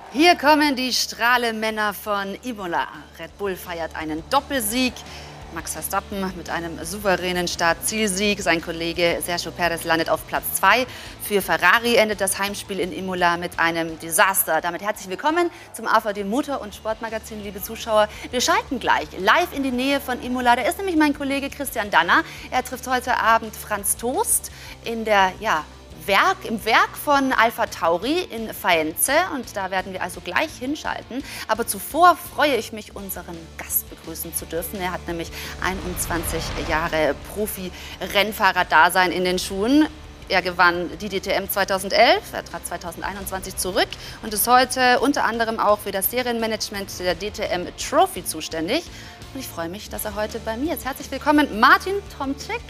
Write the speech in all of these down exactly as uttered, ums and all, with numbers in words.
Hier kommen die Strahlemänner von Imola. Red Bull feiert einen Doppelsieg. Max Verstappen mit einem souveränen Start-Zielsieg. Sein Kollege Sergio Perez landet auf Platz zwei. Für Ferrari endet das Heimspiel in Imola mit einem Desaster. Damit herzlich willkommen zum A V D Motor- und Sportmagazin, liebe Zuschauer. Wir schalten gleich live in die Nähe von Imola. Da ist nämlich mein Kollege Christian Danner. Er trifft heute Abend Franz Tost in der, ja, Werk, im Werk von Alpha Tauri in Faenza, und da werden wir also gleich hinschalten. Aber zuvor freue ich mich, unseren Gast begrüßen zu dürfen. Er hat nämlich einundzwanzig Jahre Profi-Rennfahrer-Dasein in den Schuhen. Er gewann die D T M zweitausendelf, er trat zweitausendeinundzwanzig zurück und ist heute unter anderem auch für das Serienmanagement der D T M Trophy zuständig. Und ich freue mich, dass er heute bei mir ist. Herzlich willkommen, Martin Tomczyk.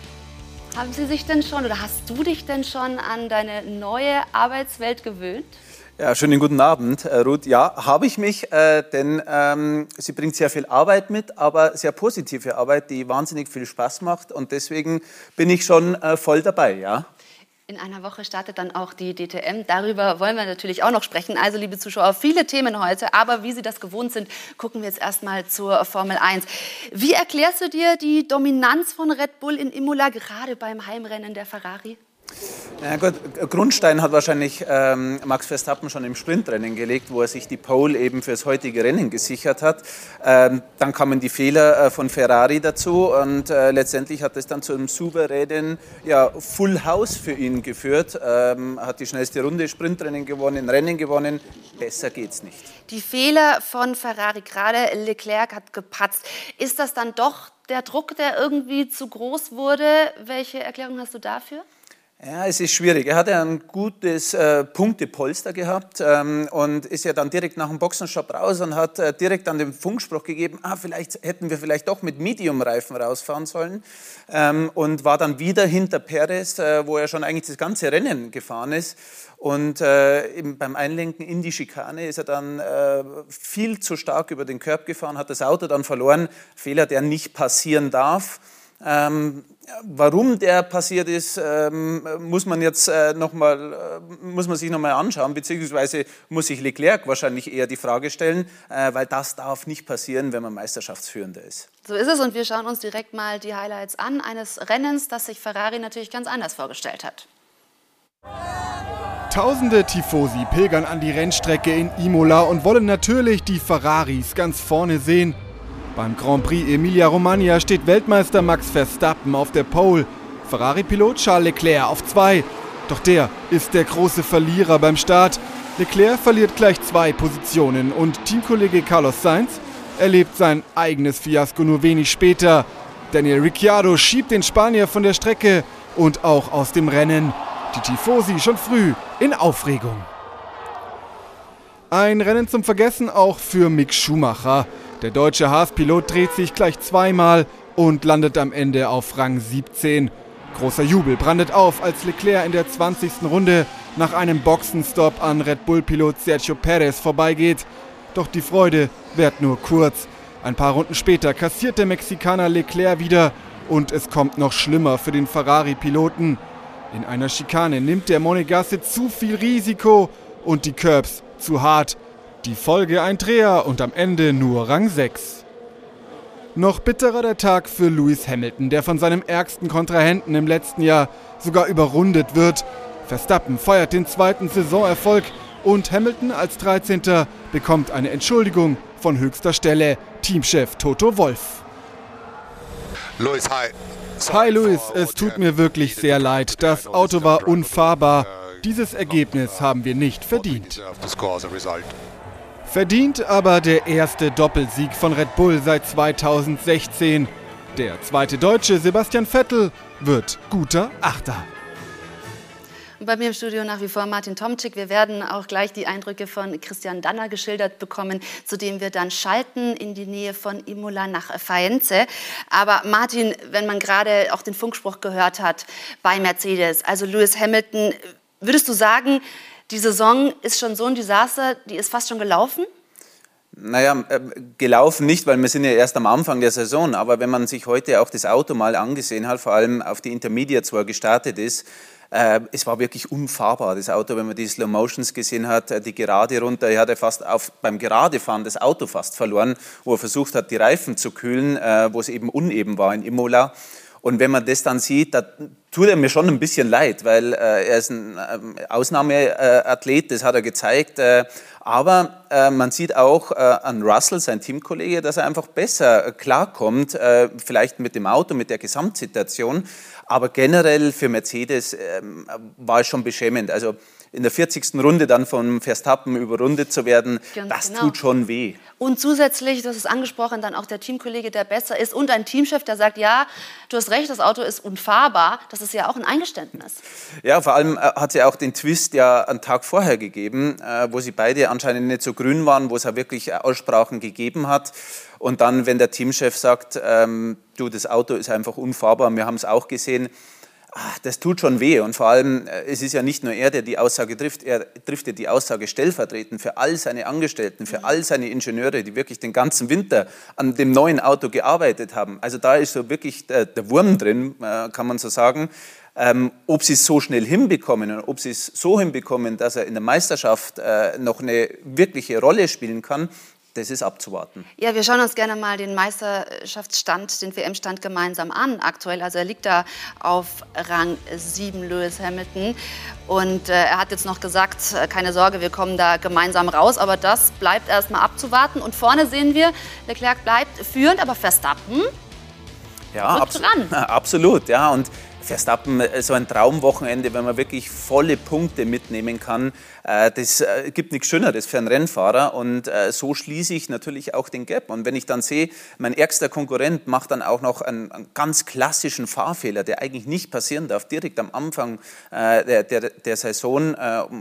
Haben Sie sich denn schon oder hast du dich denn schon an deine neue Arbeitswelt gewöhnt? Ja, schönen guten Abend, Ruth. Ja, habe ich mich, äh, denn ähm, sie bringt sehr viel Arbeit mit, aber sehr positive Arbeit, die wahnsinnig viel Spaß macht, und deswegen bin ich schon äh, voll dabei, ja. In einer Woche startet dann auch die D T M. Darüber wollen wir natürlich auch noch sprechen. Also, liebe Zuschauer, viele Themen heute. Aber wie Sie das gewohnt sind, gucken wir jetzt erstmal zur Formel eins. Wie erklärst du dir die Dominanz von Red Bull in Imola, gerade beim Heimrennen der Ferrari? Ja gut, Grundstein hat wahrscheinlich ähm, Max Verstappen schon im Sprintrennen gelegt, wo er sich die Pole eben fürs heutige Rennen gesichert hat. Ähm, dann kamen die Fehler äh, von Ferrari dazu, und äh, letztendlich hat es dann zu einem souveränen, ja, Full House für ihn geführt. Ähm, hat die schnellste Runde, Sprintrennen gewonnen, Rennen gewonnen. Besser geht's nicht. Die Fehler von Ferrari, gerade Leclerc hat gepatzt. Ist das dann doch der Druck, der irgendwie zu groß wurde? Welche Erklärung hast du dafür? Ja, es ist schwierig. Er hatte ein gutes äh, Punktepolster gehabt ähm, und ist ja dann direkt nach dem Boxenstopp raus und hat äh, direkt dann den Funkspruch gegeben, ah, vielleicht hätten wir vielleicht doch mit Medium-Reifen rausfahren sollen, ähm, und war dann wieder hinter Perez, äh, wo er schon eigentlich das ganze Rennen gefahren ist. Und äh, eben beim Einlenken in die Schikane ist er dann äh, viel zu stark über den Curb gefahren, hat das Auto dann verloren. Fehler, der nicht passieren darf. Ähm, warum der passiert ist, ähm, muss man jetzt äh, noch mal, äh, muss man sich noch mal anschauen, beziehungsweise muss sich Leclerc wahrscheinlich eher die Frage stellen, äh, weil das darf nicht passieren, wenn man Meisterschaftsführender ist. So ist es, und wir schauen uns direkt mal die Highlights an eines Rennens, das sich Ferrari natürlich ganz anders vorgestellt hat. Tausende Tifosi pilgern an die Rennstrecke in Imola und wollen natürlich die Ferraris ganz vorne sehen. Beim Grand Prix Emilia-Romagna steht Weltmeister Max Verstappen auf der Pole, Ferrari-Pilot Charles Leclerc auf zwei. Doch der ist der große Verlierer beim Start. Leclerc verliert gleich zwei Positionen und Teamkollege Carlos Sainz erlebt sein eigenes Fiasko nur wenig später. Daniel Ricciardo schiebt den Spanier von der Strecke und auch aus dem Rennen. Die Tifosi schon früh in Aufregung. Ein Rennen zum Vergessen auch für Mick Schumacher. Der deutsche Haas-Pilot dreht sich gleich zweimal und landet am Ende auf Rang siebzehn. Großer Jubel brandet auf, als Leclerc in der zwanzigsten Runde nach einem Boxenstopp an Red Bull-Pilot Sergio Perez vorbeigeht. Doch die Freude währt nur kurz. Ein paar Runden später kassiert der Mexikaner Leclerc wieder und es kommt noch schlimmer für den Ferrari-Piloten. In einer Schikane nimmt der Monegasse zu viel Risiko und die Curbs zu hart. Die Folge ein Dreher und am Ende nur Rang sechs. Noch bitterer der Tag für Lewis Hamilton, der von seinem ärgsten Kontrahenten im letzten Jahr sogar überrundet wird. Verstappen feiert den zweiten Saisonerfolg und Hamilton als dreizehnter bekommt eine Entschuldigung von höchster Stelle. Teamchef Toto Wolff. Lewis, hi. Hi Lewis, es tut mir wirklich sehr leid. Das Auto war unfahrbar. Dieses Ergebnis haben wir nicht verdient. Verdient aber der erste Doppelsieg von Red Bull seit zweitausendsechzehn. Der zweite Deutsche, Sebastian Vettel, wird guter Achter. Und bei mir im Studio nach wie vor Martin Tomczyk. Wir werden auch gleich die Eindrücke von Christian Danner geschildert bekommen, zu dem wir dann schalten in die Nähe von Imola nach Faenza. Aber Martin, wenn man gerade auch den Funkspruch gehört hat bei Mercedes, also Lewis Hamilton, würdest du sagen, die Saison ist schon so ein Desaster, die ist fast schon gelaufen? Naja, äh, gelaufen nicht, weil wir sind ja erst am Anfang der Saison. Aber wenn man sich heute auch das Auto mal angesehen hat, vor allem auf die Intermediates, wo er gestartet ist, Äh, es war wirklich unfahrbar, das Auto, wenn man die Slow Motions gesehen hat, die Gerade runter. Er hatte fast auf, beim Geradefahren das Auto fast verloren, wo er versucht hat, die Reifen zu kühlen, äh, wo es eben uneben war in Imola. Und wenn man das dann sieht, da tut er mir schon ein bisschen leid, weil äh, er ist ein äh, Ausnahmeathlet, das hat er gezeigt. Äh, aber äh, man sieht auch äh, an Russell, sein Teamkollege, dass er einfach besser klarkommt, äh, vielleicht mit dem Auto, mit der Gesamtsituation. Aber generell für Mercedes äh, war es schon beschämend. Also in der vierzigsten Runde dann von Verstappen überrundet zu werden, Ganz das genau. tut schon weh. Und zusätzlich, das ist angesprochen, dann auch der Teamkollege, der besser ist und ein Teamchef, der sagt, ja, du hast recht, das Auto ist unfahrbar. Das ist ja auch ein Eingeständnis. Ja, vor allem hat sie auch den Twist ja einen Tag vorher gegeben, wo sie beide anscheinend nicht so grün waren, wo es ja wirklich Aussprachen gegeben hat. Und dann, wenn der Teamchef sagt, ähm, du, das Auto ist einfach unfahrbar, wir haben es auch gesehen, ach, das tut schon weh. Und vor allem, es ist ja nicht nur er, der die Aussage trifft, er trifft ja die Aussage stellvertretend für all seine Angestellten, für all seine Ingenieure, die wirklich den ganzen Winter an dem neuen Auto gearbeitet haben. Also da ist so wirklich der, der Wurm drin, kann man so sagen. Ähm, ob sie es so schnell hinbekommen und ob sie es so hinbekommen, dass er in der Meisterschaft äh, noch eine wirkliche Rolle spielen kann, das ist abzuwarten. Ja, wir schauen uns gerne mal den Meisterschaftsstand, den W M-Stand gemeinsam an aktuell. Also er liegt da auf Rang sieben, Lewis Hamilton. Und äh, er hat jetzt noch gesagt, keine Sorge, wir kommen da gemeinsam raus. Aber das bleibt erst mal abzuwarten. Und vorne sehen wir, Leclerc bleibt führend, aber Verstappen ja, rückt abso ran. Absolut, ja. Und Verstappen, so ein Traumwochenende, wenn man wirklich volle Punkte mitnehmen kann, das gibt nichts Schöneres für einen Rennfahrer und so schließe ich natürlich auch den Gap. Und wenn ich dann sehe, mein ärgster Konkurrent macht dann auch noch einen, einen ganz klassischen Fahrfehler, der eigentlich nicht passieren darf, direkt am Anfang der, der, der Saison,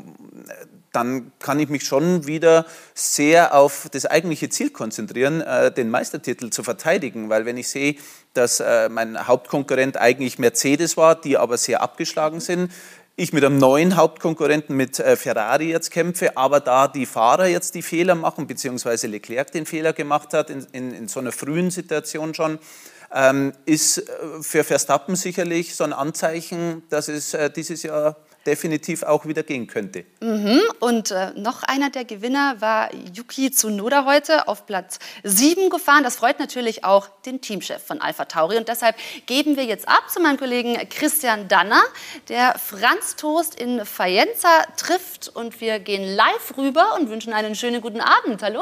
dann kann ich mich schon wieder sehr auf das eigentliche Ziel konzentrieren, den Meistertitel zu verteidigen, weil wenn ich sehe, dass äh, mein Hauptkonkurrent eigentlich Mercedes war, die aber sehr abgeschlagen sind. Ich mit einem neuen Hauptkonkurrenten mit äh, Ferrari jetzt kämpfe, aber da die Fahrer jetzt die Fehler machen, beziehungsweise Leclerc den Fehler gemacht hat, in, in, in so einer frühen Situation schon, ähm, ist äh, für Verstappen sicherlich so ein Anzeichen, dass es äh, dieses Jahr definitiv auch wieder gehen könnte. Mhm. Und äh, noch einer der Gewinner war Yuki Tsunoda heute auf Platz sieben gefahren. Das freut natürlich auch den Teamchef von AlphaTauri. Und deshalb geben wir jetzt ab zu meinem Kollegen Christian Danner, der Franz Tost in Faenza trifft. Und wir gehen live rüber und wünschen einen schönen guten Abend. Hallo.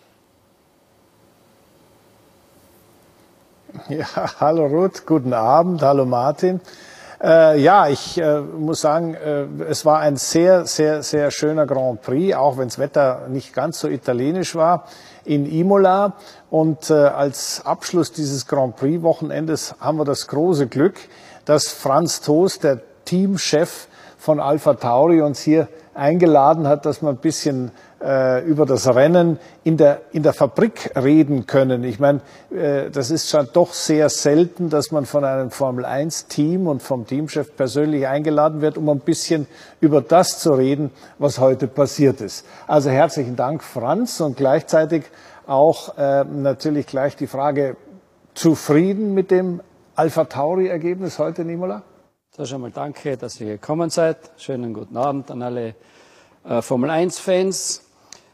Ja, hallo Ruth, guten Abend. Hallo Martin. Äh, ja, ich äh, muss sagen, äh, es war ein sehr, sehr, sehr schöner Grand Prix, auch wenn das Wetter nicht ganz so italienisch war, in Imola. Und äh, als Abschluss dieses Grand Prix-Wochenendes haben wir das große Glück, dass Franz Tost, der Teamchef von AlphaTauri, uns hier eingeladen hat, dass wir ein bisschen äh, über das Rennen in der, in der Fabrik reden können. Ich meine, äh, das ist schon doch sehr selten, dass man von einem Formel eins Team und vom Teamchef persönlich eingeladen wird, um ein bisschen über das zu reden, was heute passiert ist. Also herzlichen Dank, Franz, und gleichzeitig auch äh, natürlich gleich die Frage, zufrieden mit dem AlphaTauri-Ergebnis heute in Imola? Zuerst einmal danke, dass ihr gekommen seid. Schönen guten Abend an alle äh, Formel eins Fans.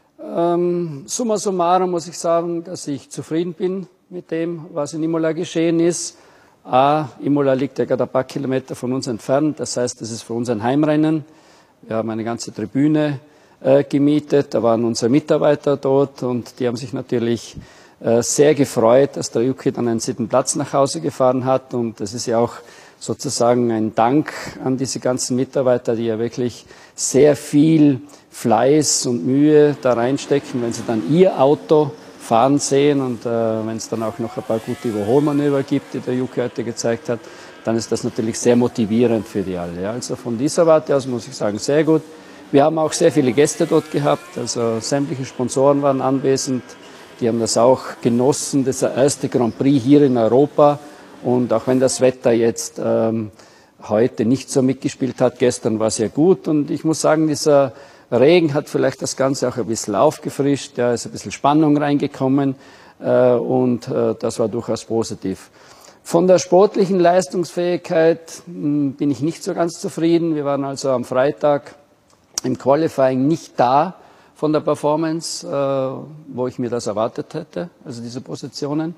Ähm, summa summarum muss ich sagen, dass ich zufrieden bin mit dem, was in Imola geschehen ist. A, Imola liegt ja gerade ein paar Kilometer von uns entfernt. Das heißt, das ist für uns ein Heimrennen. Wir haben eine ganze Tribüne äh, gemietet. Da waren unsere Mitarbeiter dort und die haben sich natürlich äh, sehr gefreut, dass der Yuki dann einen siebten Platz nach Hause gefahren hat. Und das ist ja auch sozusagen ein Dank an diese ganzen Mitarbeiter, die ja wirklich sehr viel Fleiß und Mühe da reinstecken, wenn sie dann ihr Auto fahren sehen und äh, wenn es dann auch noch ein paar gute Überholmanöver gibt, die der Yuki heute gezeigt hat, dann ist das natürlich sehr motivierend für die alle. Ja. Also von dieser Warte aus muss ich sagen, sehr gut. Wir haben auch sehr viele Gäste dort gehabt, also sämtliche Sponsoren waren anwesend, die haben das auch genossen, das erste Grand Prix hier in Europa. Und auch wenn das Wetter jetzt ähm, heute nicht so mitgespielt hat, gestern war sehr gut. Und ich muss sagen, dieser Regen hat vielleicht das Ganze auch ein bisschen aufgefrischt. Da ist ein bisschen Spannung reingekommen äh, und äh, das war durchaus positiv. Von der sportlichen Leistungsfähigkeit mh, bin ich nicht so ganz zufrieden. Wir waren also am Freitag im Qualifying nicht da von der Performance, äh, wo ich mir das erwartet hätte, also diese Positionen.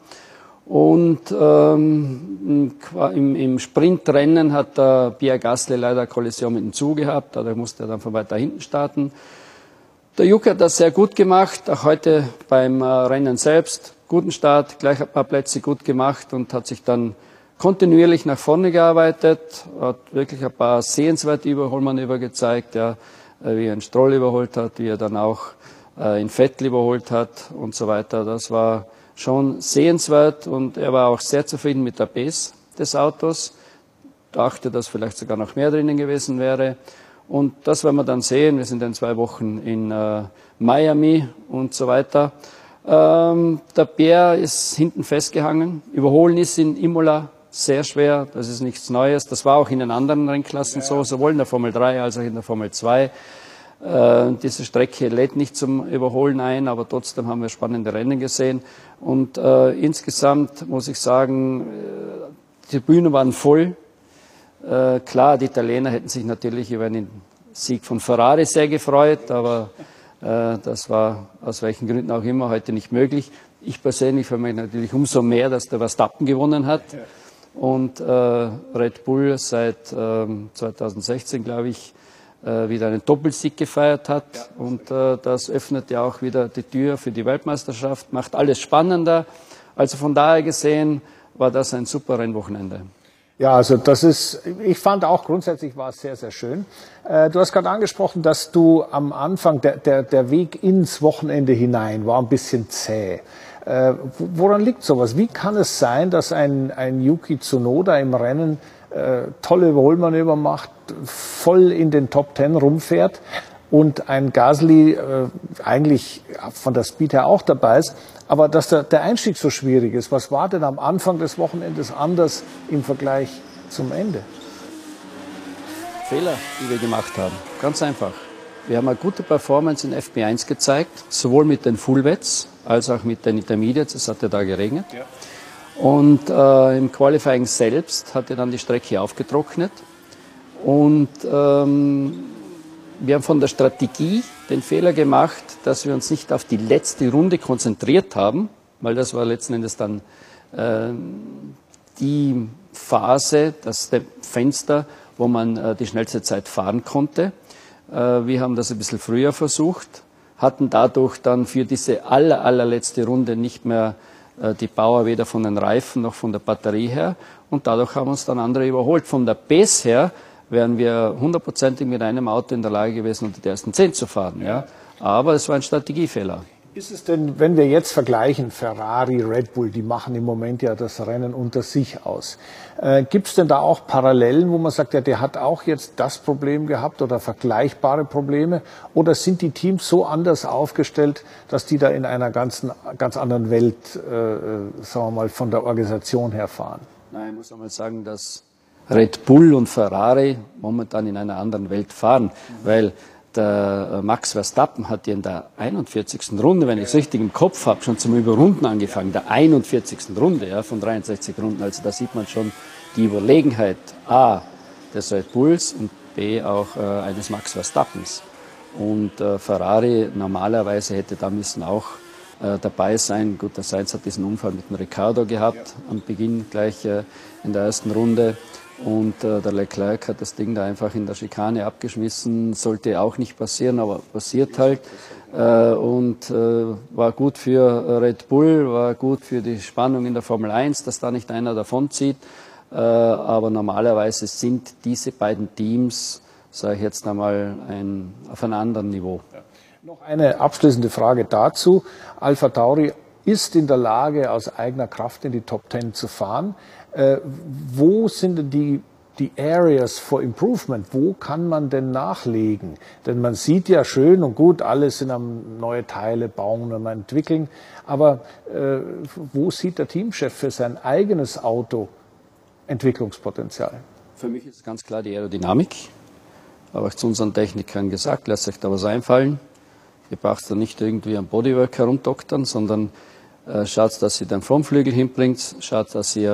Und ähm, im, im Sprintrennen hat der Pierre Gasly leider eine Kollision mit dem Zug gehabt, dadurch musste er dann von weiter hinten starten. Der Yuki hat das sehr gut gemacht, auch heute beim äh, Rennen selbst. Guten Start, gleich ein paar Plätze gut gemacht und hat sich dann kontinuierlich nach vorne gearbeitet, hat wirklich ein paar sehenswerte Überholmanöver gezeigt, ja, wie er einen Stroll überholt hat, wie er dann auch äh, in Vettel überholt hat und so weiter. Das war schon sehenswert und er war auch sehr zufrieden mit der Pace des Autos, dachte, dass vielleicht sogar noch mehr drinnen gewesen wäre. Und das werden wir dann sehen. Wir sind in zwei Wochen in äh, Miami und so weiter. Ähm, der Pierre ist hinten festgehangen. Überholen ist in Imola sehr schwer. Das ist nichts Neues. Das war auch in den anderen Rennklassen so, sowohl in der Formel drei als auch in der Formel zwei. Äh, diese Strecke lädt nicht zum Überholen ein, aber trotzdem haben wir spannende Rennen gesehen. Und äh, insgesamt muss ich sagen, äh, die Bühnen waren voll. Äh, klar, die Italiener hätten sich natürlich über einen Sieg von Ferrari sehr gefreut, aber das war aus welchen Gründen auch immer heute nicht möglich. Ich persönlich freue mich natürlich umso mehr, dass der Verstappen gewonnen hat und äh, Red Bull seit ähm, zweitausendsechzehn, glaube ich, äh, wieder einen Doppelsieg gefeiert hat. Und äh, das öffnet ja auch wieder die Tür für die Weltmeisterschaft, macht alles spannender. Also von daher gesehen war das ein super Rennwochenende. Ja, also das ist, ich fand auch grundsätzlich war es sehr, sehr schön. Äh, du hast gerade angesprochen, dass du am Anfang, der, der, der Weg ins Wochenende hinein war ein bisschen zäh. Äh, woran liegt sowas? Wie kann es sein, dass ein, ein Yuki Tsunoda im Rennen äh, tolle Überholmanöver macht, voll in den Top Ten rumfährt und ein Gasly äh, eigentlich von der Speed her auch dabei ist, aber dass der, der Einstieg so schwierig ist? Was war denn am Anfang des Wochenendes anders im Vergleich zum Ende? Fehler, die wir gemacht haben. Ganz einfach. Wir haben eine gute Performance in F P eins gezeigt, sowohl mit den Fullwets als auch mit den Intermediates. Es hat ja da geregnet. Ja. Und äh, im Qualifying selbst hat ja dann die Strecke aufgetrocknet. Und ähm, wir haben von der Strategie den Fehler gemacht, dass wir uns nicht auf die letzte Runde konzentriert haben, weil das war letzten Endes dann äh, die Phase, das Fenster, wo man äh, die schnellste Zeit fahren konnte. Äh, wir haben das ein bisschen früher versucht, hatten dadurch dann für diese aller, allerletzte Runde nicht mehr äh, die Power weder von den Reifen noch von der Batterie her und dadurch haben uns dann andere überholt. Von der Pace her wären wir hundertprozentig mit einem Auto in der Lage gewesen, unter die ersten zehn zu fahren. Ja. Aber es war ein Strategiefehler. Ist es denn, wenn wir jetzt vergleichen, Ferrari, Red Bull, die machen im Moment ja das Rennen unter sich aus. Äh, gibt es denn da auch Parallelen, wo man sagt, ja, der hat auch jetzt das Problem gehabt oder vergleichbare Probleme? Oder sind die Teams so anders aufgestellt, dass die da in einer ganzen, ganz anderen Welt, äh, sagen wir mal, von der Organisation her fahren? Nein, ich muss einmal sagen, dass Red Bull und Ferrari momentan in einer anderen Welt fahren, mhm. weil der Max Verstappen hat ja in der einundvierzigsten Runde, wenn ich es richtig im Kopf habe, schon zum Überrunden angefangen, der einundvierzigsten Runde ja, von dreiundsechzig Runden. Also da sieht man schon die Überlegenheit A des Red Bulls und B auch äh, eines Max Verstappens. Und äh, Ferrari normalerweise hätte da müssen auch äh, dabei sein. Gut, der Sainz hat diesen Unfall mit dem Ricciardo gehabt, ja. am Beginn gleich äh, in der ersten Runde. Und äh, der Leclerc hat das Ding da einfach in der Schikane abgeschmissen. Sollte auch nicht passieren, aber passiert halt. Äh, und äh, war gut für Red Bull, war gut für die Spannung in der Formel eins, dass da nicht einer davonzieht. Äh, aber normalerweise sind diese beiden Teams, sage ich jetzt einmal, ein, auf einem anderen Niveau. Ja. Noch eine abschließende Frage dazu. AlphaTauri ist in der Lage, aus eigener Kraft in die Top Ten zu fahren. Äh, wo sind denn die, die Areas for Improvement? Wo kann man denn nachlegen? Denn man sieht ja schön und gut, alle sind am neue Teile bauen und entwickeln. Aber äh, wo sieht der Teamchef für sein eigenes Auto Entwicklungspotenzial? Für mich ist ganz klar die Aerodynamik. Habe ich zu unseren Technikern gesagt, lasst euch da was einfallen. Ihr braucht da nicht irgendwie am Bodywork herumdoktern, sondern äh, schaut, dass ihr den Frontflügel hinbringt, schaut, dass ihr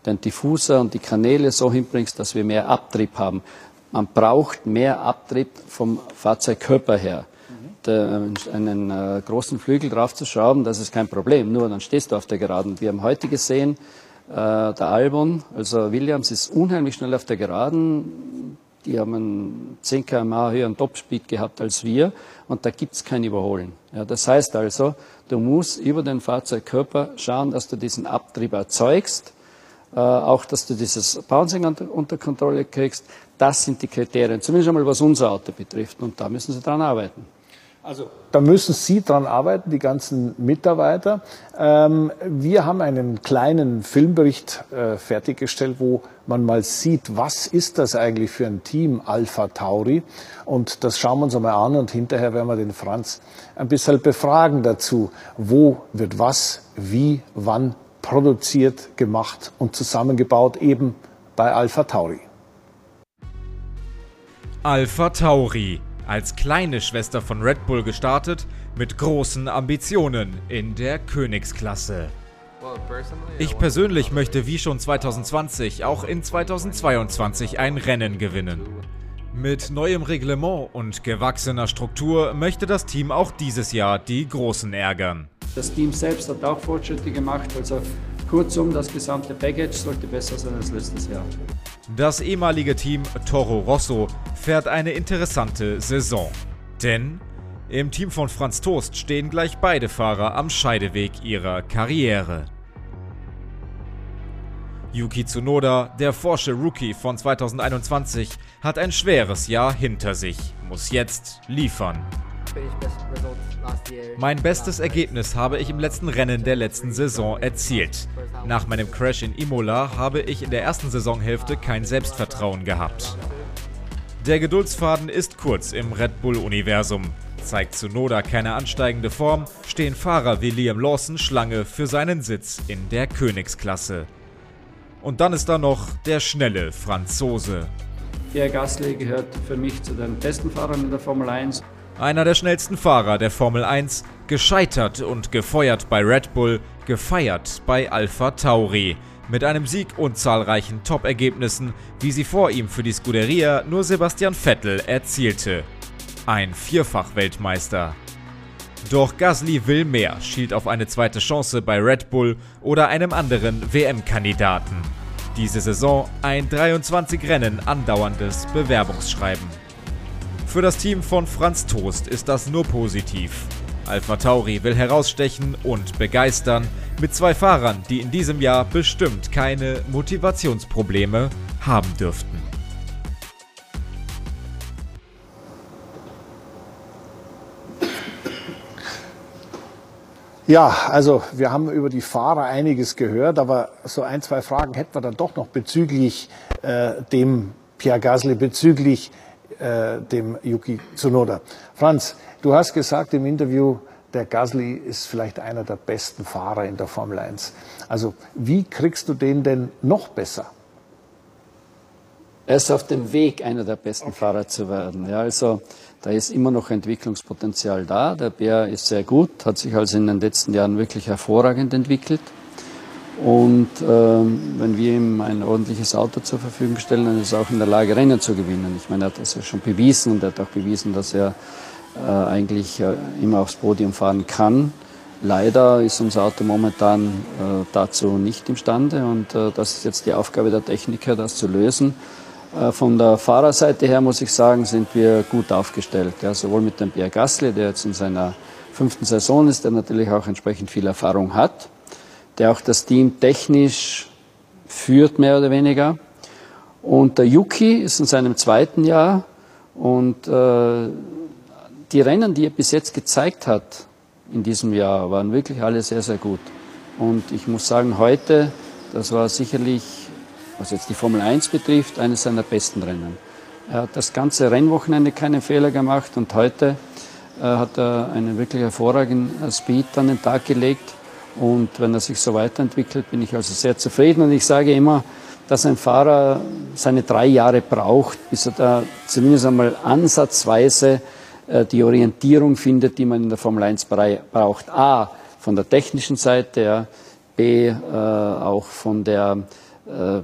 den Diffuser und die Kanäle so hinbringst, dass wir mehr Abtrieb haben. Man braucht mehr Abtrieb vom Fahrzeugkörper her. Der, einen äh, großen Flügel draufzuschrauben, das ist kein Problem, nur dann stehst du auf der Geraden. Wir haben heute gesehen, äh, der Albon, also Williams, ist unheimlich schnell auf der Geraden. Die haben einen zehn Kilometer pro Stunde höheren Topspeed gehabt als wir und da gibt es kein Überholen. Ja, das heißt also, du musst über den Fahrzeugkörper schauen, dass du diesen Abtrieb erzeugst, äh, auch dass du dieses Bouncing unter, unter Kontrolle kriegst. Das sind die Kriterien, zumindest einmal was unser Auto betrifft und da müssen sie dran arbeiten. Also, da müssen Sie dran arbeiten, die ganzen Mitarbeiter. Ähm, wir haben einen kleinen Filmbericht äh, fertiggestellt, wo man mal sieht, was ist das eigentlich für ein Team Alpha Tauri. Und das schauen wir uns einmal an und hinterher werden wir den Franz ein bisschen befragen dazu. Wo wird was, wie, wann produziert, gemacht und zusammengebaut, eben bei Alpha Tauri. Alpha Tauri. Als kleine Schwester von Red Bull gestartet, mit großen Ambitionen in der Königsklasse. Ich persönlich möchte wie schon zweitausendzwanzig auch in zweitausendzweiundzwanzig ein Rennen gewinnen. Mit neuem Reglement und gewachsener Struktur möchte das Team auch dieses Jahr die Großen ärgern. Das Team selbst hat auch Fortschritte gemacht, also kurzum, das gesamte Package sollte besser sein als letztes Jahr. Das ehemalige Team Toro Rosso fährt eine interessante Saison. Denn im Team von Franz Tost stehen gleich beide Fahrer am Scheideweg ihrer Karriere. Yuki Tsunoda, der forsche Rookie von zweitausendeinundzwanzig, hat ein schweres Jahr hinter sich, muss jetzt liefern. Mein bestes Ergebnis habe ich im letzten Rennen der letzten Saison erzielt. Nach meinem Crash in Imola habe ich in der ersten Saisonhälfte kein Selbstvertrauen gehabt. Der Geduldsfaden ist kurz im Red Bull-Universum. Zeigt Tsunoda keine ansteigende Form, stehen Fahrer wie Liam Lawson Schlange für seinen Sitz in der Königsklasse. Und dann ist da noch der schnelle Franzose. Pierre Gasly gehört für mich zu den besten Fahrern in der Formel eins. Einer der schnellsten Fahrer der Formel eins, gescheitert und gefeuert bei Red Bull, gefeiert bei Alpha Tauri. Mit einem Sieg und zahlreichen Top-Ergebnissen, wie sie vor ihm für die Scuderia nur Sebastian Vettel erzielte. Ein Vierfach-Weltmeister. Doch Gasly will mehr, schielt auf eine zweite Chance bei Red Bull oder einem anderen W M-Kandidaten. Diese Saison ein dreiundzwanzig Rennen andauerndes Bewerbungsschreiben. Für das Team von Franz Tost ist das nur positiv. Alpha Tauri will herausstechen und begeistern mit zwei Fahrern, die in diesem Jahr bestimmt keine Motivationsprobleme haben dürften. Ja, also wir haben über die Fahrer einiges gehört, aber so ein, zwei Fragen hätten wir dann doch noch bezüglich äh, dem Pierre Gasly, bezüglich äh, dem Yuki Tsunoda. Franz, du hast gesagt im Interview, der Gasly ist vielleicht einer der besten Fahrer in der Formel eins. Also wie kriegst du den denn noch besser? Er ist auf dem Weg, einer der besten okay. Fahrer zu werden. Ja, also da ist immer noch Entwicklungspotenzial da. Der Bär ist sehr gut, hat sich also in den letzten Jahren wirklich hervorragend entwickelt. Und ähm, wenn wir ihm ein ordentliches Auto zur Verfügung stellen, dann ist er auch in der Lage, Rennen zu gewinnen. Ich meine, er hat das ja schon bewiesen und er hat auch bewiesen, dass er äh, eigentlich äh, immer aufs Podium fahren kann. Leider ist unser Auto momentan äh, dazu nicht imstande und äh, das ist jetzt die Aufgabe der Techniker, das zu lösen. Äh, von der Fahrerseite her muss ich sagen, sind wir gut aufgestellt. Ja, sowohl mit dem Pierre Gasly, der jetzt in seiner fünften Saison ist, der natürlich auch entsprechend viel Erfahrung hat, der auch das Team technisch führt, mehr oder weniger. Und der Yuki ist in seinem zweiten Jahr und äh, die Rennen, die er bis jetzt gezeigt hat in diesem Jahr, waren wirklich alle sehr, sehr gut. Und ich muss sagen, heute, das war sicherlich, was jetzt die Formel eins betrifft, eines seiner besten Rennen. Er hat das ganze Rennwochenende keinen Fehler gemacht und heute äh, hat er einen wirklich hervorragenden Speed an den Tag gelegt. Und wenn er sich so weiterentwickelt, bin ich also sehr zufrieden. Und ich sage immer, dass ein Fahrer seine drei Jahre braucht, bis er da zumindest einmal ansatzweise äh, die Orientierung findet, die man in der Formel eins braucht. A, von der technischen Seite, ja, B, äh, auch von der äh,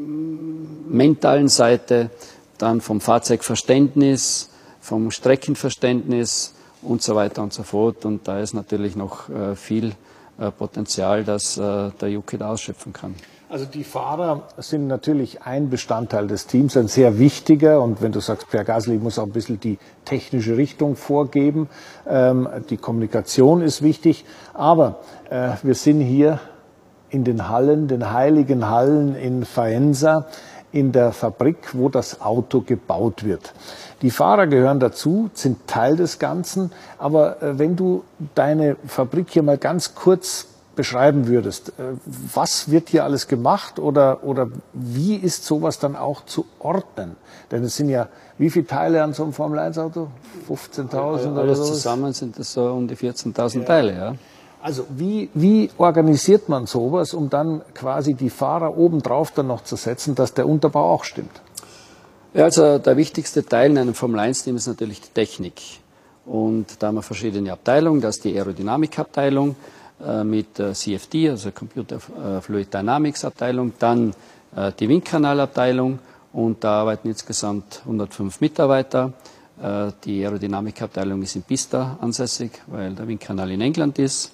mentalen Seite, dann vom Fahrzeugverständnis, vom Streckenverständnis und so weiter und so fort. Und da ist natürlich noch äh, viel äh, Potenzial, das äh, der Juki da ausschöpfen kann. Also die Fahrer sind natürlich ein Bestandteil des Teams, ein sehr wichtiger. Und wenn du sagst, Pierre Gasly muss auch ein bisschen die technische Richtung vorgeben. Ähm, die Kommunikation ist wichtig. Aber äh, wir sind hier in den Hallen, den heiligen Hallen in Faenza, in der Fabrik, wo das Auto gebaut wird. Die Fahrer gehören dazu, sind Teil des Ganzen. Aber äh, wenn du deine Fabrik hier mal ganz kurz beschreiben würdest, was wird hier alles gemacht oder, oder wie ist sowas dann auch zu ordnen? Denn es sind ja, wie viele Teile an so einem Formel eins Auto? fünfzehntausend oder so? Alles zusammen sind das so um die vierzehntausend ja. Teile, ja. Also wie, wie organisiert man sowas, um dann quasi die Fahrer obendrauf dann noch zu setzen, dass der Unterbau auch stimmt? Ja, also der wichtigste Teil in einem Formel eins Team ist natürlich die Technik. Und da haben wir verschiedene Abteilungen. Das ist die Aerodynamikabteilung mit C F D, also Computer Fluid Dynamics Abteilung, dann die Windkanalabteilung und da arbeiten insgesamt hundertfünf Mitarbeiter. Die Aerodynamikabteilung ist in Pista ansässig, weil der Windkanal in England ist.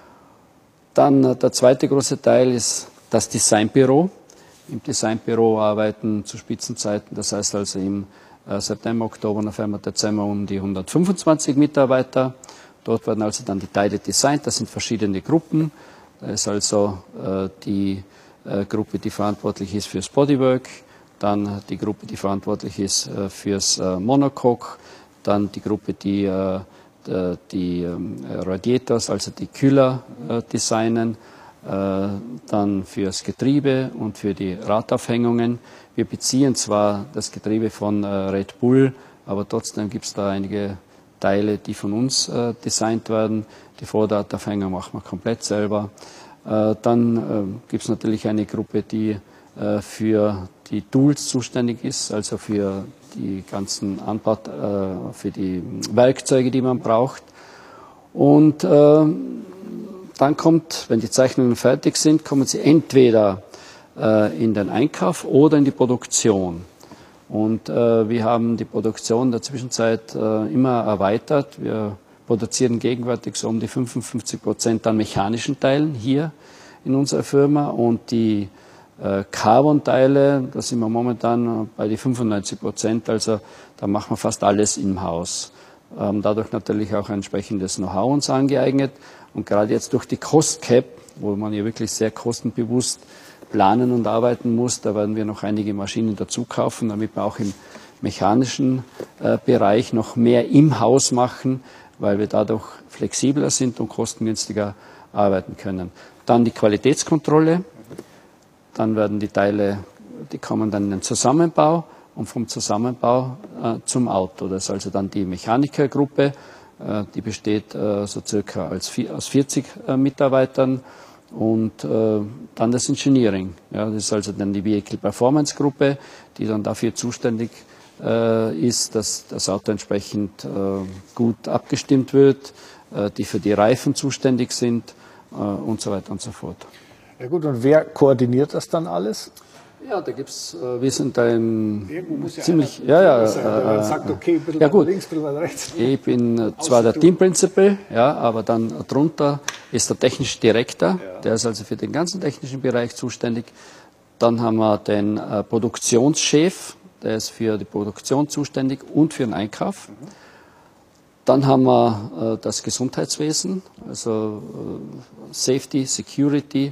Dann der zweite große Teil ist das Designbüro. Im Designbüro arbeiten zu Spitzenzeiten, das heißt also im September, Oktober, November, Dezember um die hundertfünfundzwanzig Mitarbeiter. Dort werden also dann die Teile designt, das sind verschiedene Gruppen. Da ist also äh, die äh, Gruppe, die verantwortlich ist fürs Bodywork, dann die Gruppe, die verantwortlich ist äh, fürs äh, Monocoque, dann die Gruppe, die äh, die, die äh, Radiators, also die Kühler äh, designen, äh, dann fürs Getriebe und für die Radaufhängungen. Wir beziehen zwar das Getriebe von äh, Red Bull, aber trotzdem gibt es da einige Teile, die von uns äh, designt werden. Die Vorderradaufhänger machen wir komplett selber. Äh, dann äh, gibt es natürlich eine Gruppe, die äh, für die Tools zuständig ist, also für die ganzen Anbau, äh, für die Werkzeuge, die man braucht. Und äh, dann kommt, wenn die Zeichnungen fertig sind, kommen sie entweder äh, in den Einkauf oder in die Produktion. Und äh, wir haben die Produktion in der Zwischenzeit äh, immer erweitert. Wir produzieren gegenwärtig so um die fünfundfünfzig Prozent an mechanischen Teilen hier in unserer Firma. Und die äh, Carbon-Teile, da sind wir momentan bei die fünfundneunzig Prozent. Also da machen wir fast alles im Haus. Ähm, dadurch natürlich auch ein entsprechendes Know-how uns angeeignet. Und gerade jetzt durch die Cost Cap, wo man ja wirklich sehr kostenbewusst planen und arbeiten muss. Da werden wir noch einige Maschinen dazu kaufen, damit wir auch im mechanischen äh, Bereich noch mehr im Haus machen, weil wir dadurch flexibler sind und kostengünstiger arbeiten können. Dann die Qualitätskontrolle. Dann werden die Teile, die kommen dann in den Zusammenbau und vom Zusammenbau äh, zum Auto. Das ist also dann die Mechanikergruppe. Äh, die besteht äh, so circa als, aus vierzig äh, Mitarbeitern. Und äh, dann das Engineering. Ja, das ist also dann die Vehicle Performance Gruppe, die dann dafür zuständig äh, ist, dass das Auto entsprechend äh, gut abgestimmt wird, äh, die für die Reifen zuständig sind äh, und so weiter und so fort. Ja gut, und wer koordiniert das dann alles? Ja, da gibt's, äh, wir sind da im ja ziemlich, ja, ja, sein, äh, sagt, okay, ein bisschen ja gut. links, ein bisschen rechts. Ich bin äh, zwar der Team Principal, ja, aber dann drunter ist der technische Direktor, ja. Der ist also für den ganzen technischen Bereich zuständig. Dann haben wir den äh, Produktionschef, der ist für die Produktion zuständig und für den Einkauf. Mhm. Dann haben wir äh, das Gesundheitswesen, also äh, Safety, Security,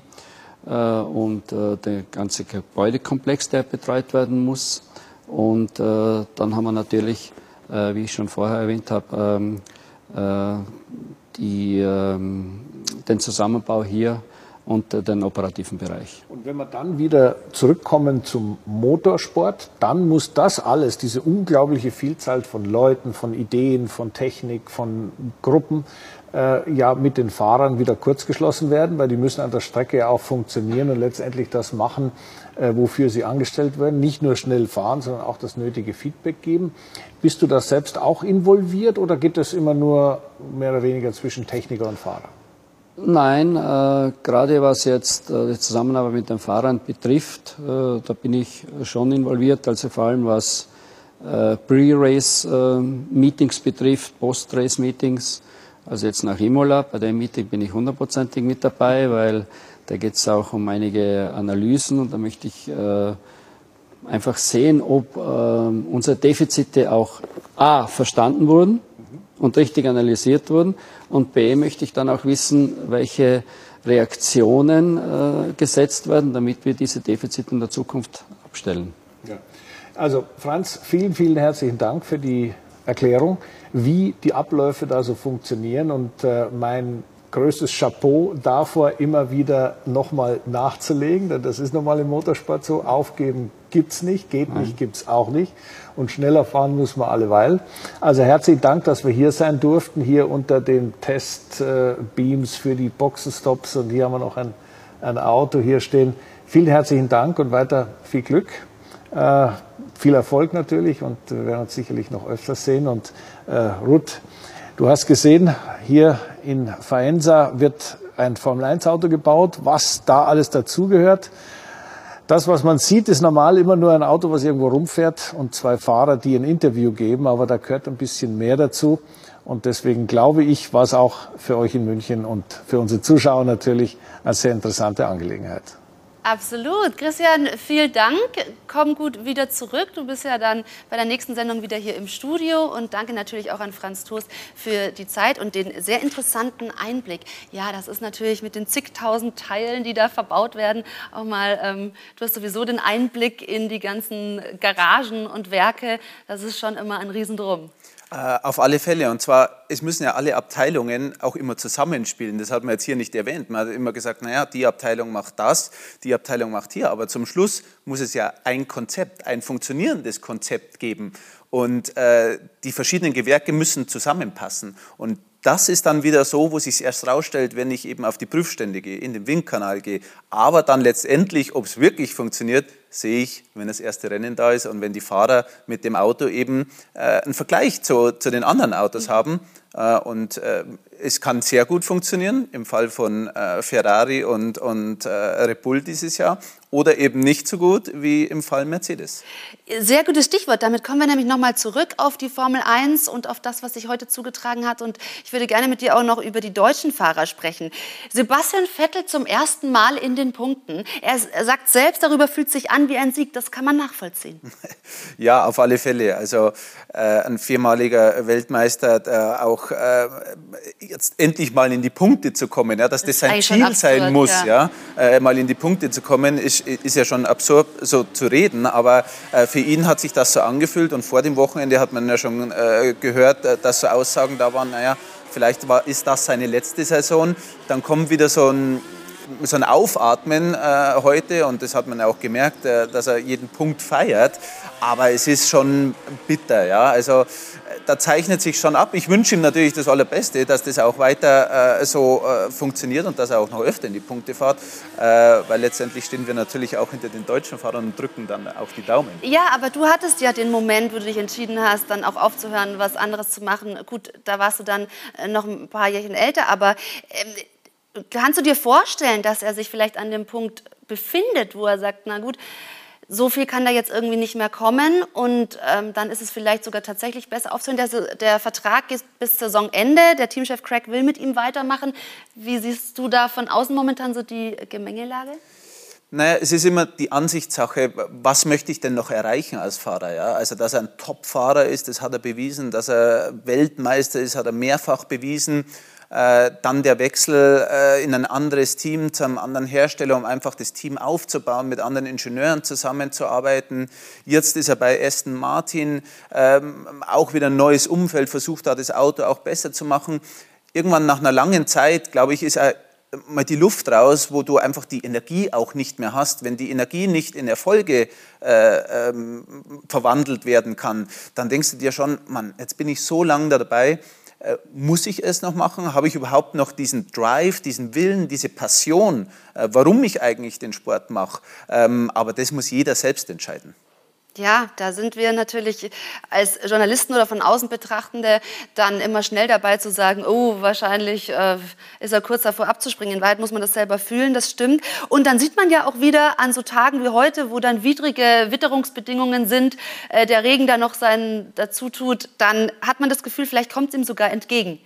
und äh, der ganze Gebäudekomplex, der betreut werden muss. Und äh, dann haben wir natürlich, äh, wie ich schon vorher erwähnt habe, ähm, äh, die, ähm, den Zusammenbau hier und äh, den operativen Bereich. Und wenn wir dann wieder zurückkommen zum Motorsport, dann muss das alles, diese unglaubliche Vielzahl von Leuten, von Ideen, von Technik, von Gruppen, äh, ja mit den Fahrern wieder kurzgeschlossen werden, weil die müssen an der Strecke ja auch funktionieren und letztendlich das machen, äh, wofür sie angestellt werden. Nicht nur schnell fahren, sondern auch das nötige Feedback geben. Bist du da selbst auch involviert oder geht das immer nur mehr oder weniger zwischen Techniker und Fahrer? Nein, äh, gerade was jetzt äh, die Zusammenarbeit mit den Fahrern betrifft, äh, da bin ich schon involviert, also vor allem was äh, Pre-Race-Meetings äh, betrifft, Post-Race-Meetings. Also jetzt nach Imola, bei dem Meeting bin ich hundertprozentig mit dabei, weil da geht es auch um einige Analysen und da möchte ich äh, einfach sehen, ob äh, unsere Defizite auch A, verstanden wurden und richtig analysiert wurden und B, möchte ich dann auch wissen, welche Reaktionen äh, gesetzt werden, damit wir diese Defizite in der Zukunft abstellen. Ja. Also Franz, vielen, vielen herzlichen Dank für die Erklärung, wie die Abläufe da so funktionieren und äh, mein größtes Chapeau davor, immer wieder nochmal nachzulegen, denn das ist nochmal im Motorsport so, aufgeben gibt's nicht, geht nicht, gibt's auch nicht und schneller fahren muss man alleweil. Also herzlichen Dank, dass wir hier sein durften, hier unter den Testbeams für die Boxenstops und hier haben wir noch ein, ein Auto hier stehen. Vielen herzlichen Dank und weiter viel Glück, äh, viel Erfolg natürlich und wir werden uns sicherlich noch öfters sehen und äh, Ruth, du hast gesehen, hier in Faenza wird ein Formel eins Auto gebaut, was da alles dazugehört. Das, was man sieht, ist normal immer nur ein Auto, was irgendwo rumfährt und zwei Fahrer, die ein Interview geben, aber da gehört ein bisschen mehr dazu. Und deswegen glaube ich, war es auch für euch in München und für unsere Zuschauer natürlich eine sehr interessante Angelegenheit. Absolut. Christian, vielen Dank. Komm gut wieder zurück. Du bist ja dann bei der nächsten Sendung wieder hier im Studio. Und danke natürlich auch an Franz Tost für die Zeit und den sehr interessanten Einblick. Ja, das ist natürlich mit den zigtausend Teilen, die da verbaut werden, auch mal, ähm, du hast sowieso den Einblick in die ganzen Garagen und Werke. Das ist schon immer ein Riesendrum. Äh, auf alle Fälle. Und zwar, es müssen ja alle Abteilungen auch immer zusammenspielen. Das hat man jetzt hier nicht erwähnt. Man hat immer gesagt, naja, die Abteilung macht das, die Abteilung macht hier. Aber zum Schluss muss es ja ein Konzept, ein funktionierendes Konzept geben. Und äh, die verschiedenen Gewerke müssen zusammenpassen. Und das ist dann wieder so, wo sich erst rausstellt, wenn ich eben auf die Prüfstände gehe, in den Windkanal gehe. Aber dann letztendlich, ob es wirklich funktioniert, sehe ich, wenn das erste Rennen da ist und wenn die Fahrer mit dem Auto eben äh, einen Vergleich zu, zu den anderen Autos haben. Äh, und äh, es kann sehr gut funktionieren, im Fall von äh, Ferrari und, und äh, Red Bull dieses Jahr. Oder eben nicht so gut wie im Fall Mercedes. Sehr gutes Stichwort. Damit kommen wir nämlich nochmal zurück auf die Formel eins und auf das, was sich heute zugetragen hat. Und ich würde gerne mit dir auch noch über die deutschen Fahrer sprechen. Sebastian Vettel zum ersten Mal in den Punkten. Er, er sagt selbst, darüber fühlt sich an wie ein Sieg. Das kann man nachvollziehen. Ja, auf alle Fälle. Also äh, ein viermaliger Weltmeister, der auch äh, jetzt endlich mal in die Punkte zu kommen, ja, dass das, das sein Ziel absurd, sein muss, ja. Ja, äh, mal in die Punkte zu kommen, ist ist ja schon absurd, so zu reden, aber äh, für ihn hat sich das so angefühlt und vor dem Wochenende hat man ja schon äh, gehört, äh, dass so Aussagen da waren, naja, vielleicht war, ist das seine letzte Saison, dann kommt wieder so ein, so ein Aufatmen äh, heute und das hat man auch gemerkt, äh, dass er jeden Punkt feiert, aber es ist schon bitter, ja, also da zeichnet sich schon ab. Ich wünsche ihm natürlich das Allerbeste, dass das auch weiter äh, so äh, funktioniert und dass er auch noch öfter in die Punkte fährt, äh, weil letztendlich stehen wir natürlich auch hinter den deutschen Fahrern und drücken dann auch die Daumen. Ja, aber du hattest ja den Moment, wo du dich entschieden hast, dann auch aufzuhören, was anderes zu machen. Gut, da warst du dann äh, noch ein paar Jährchen älter, aber äh, kannst du dir vorstellen, dass er sich vielleicht an dem Punkt befindet, wo er sagt, na gut, so viel kann da jetzt irgendwie nicht mehr kommen und ähm, dann ist es vielleicht sogar tatsächlich besser aufzuhören. Der, der Vertrag geht bis Saisonende, der Teamchef Craig will mit ihm weitermachen. Wie siehst du da von außen momentan so die Gemengelage? Naja, es ist immer die Ansichtssache, was möchte ich denn noch erreichen als Fahrer? Ja? Also, dass er ein Top-Fahrer ist, das hat er bewiesen, dass er Weltmeister ist, hat er mehrfach bewiesen. Äh, dann der Wechsel äh, in ein anderes Team, zu einem anderen Hersteller, um einfach das Team aufzubauen, mit anderen Ingenieuren zusammenzuarbeiten. Jetzt ist er bei Aston Martin, ähm, auch wieder ein neues Umfeld, versucht da das Auto auch besser zu machen. Irgendwann nach einer langen Zeit, glaube ich, ist er mal die Luft raus, wo du einfach die Energie auch nicht mehr hast. Wenn die Energie nicht in Erfolge äh, ähm, verwandelt werden kann, dann denkst du dir schon, Mann, jetzt bin ich so lange da dabei, Äh, muss ich es noch machen? Habe ich überhaupt noch diesen Drive, diesen Willen, diese Passion, äh, warum ich eigentlich den Sport mache? Ähm, aber das muss jeder selbst entscheiden. Ja, da sind wir natürlich als Journalisten oder von außen Betrachtende dann immer schnell dabei zu sagen, oh, wahrscheinlich äh, ist er kurz davor abzuspringen. In Wahrheit muss man das selber fühlen, das stimmt. Und dann sieht man ja auch wieder an so Tagen wie heute, wo dann widrige Witterungsbedingungen sind, äh, der Regen da noch seinen dazu tut, dann hat man das Gefühl, vielleicht kommt es ihm sogar entgegen.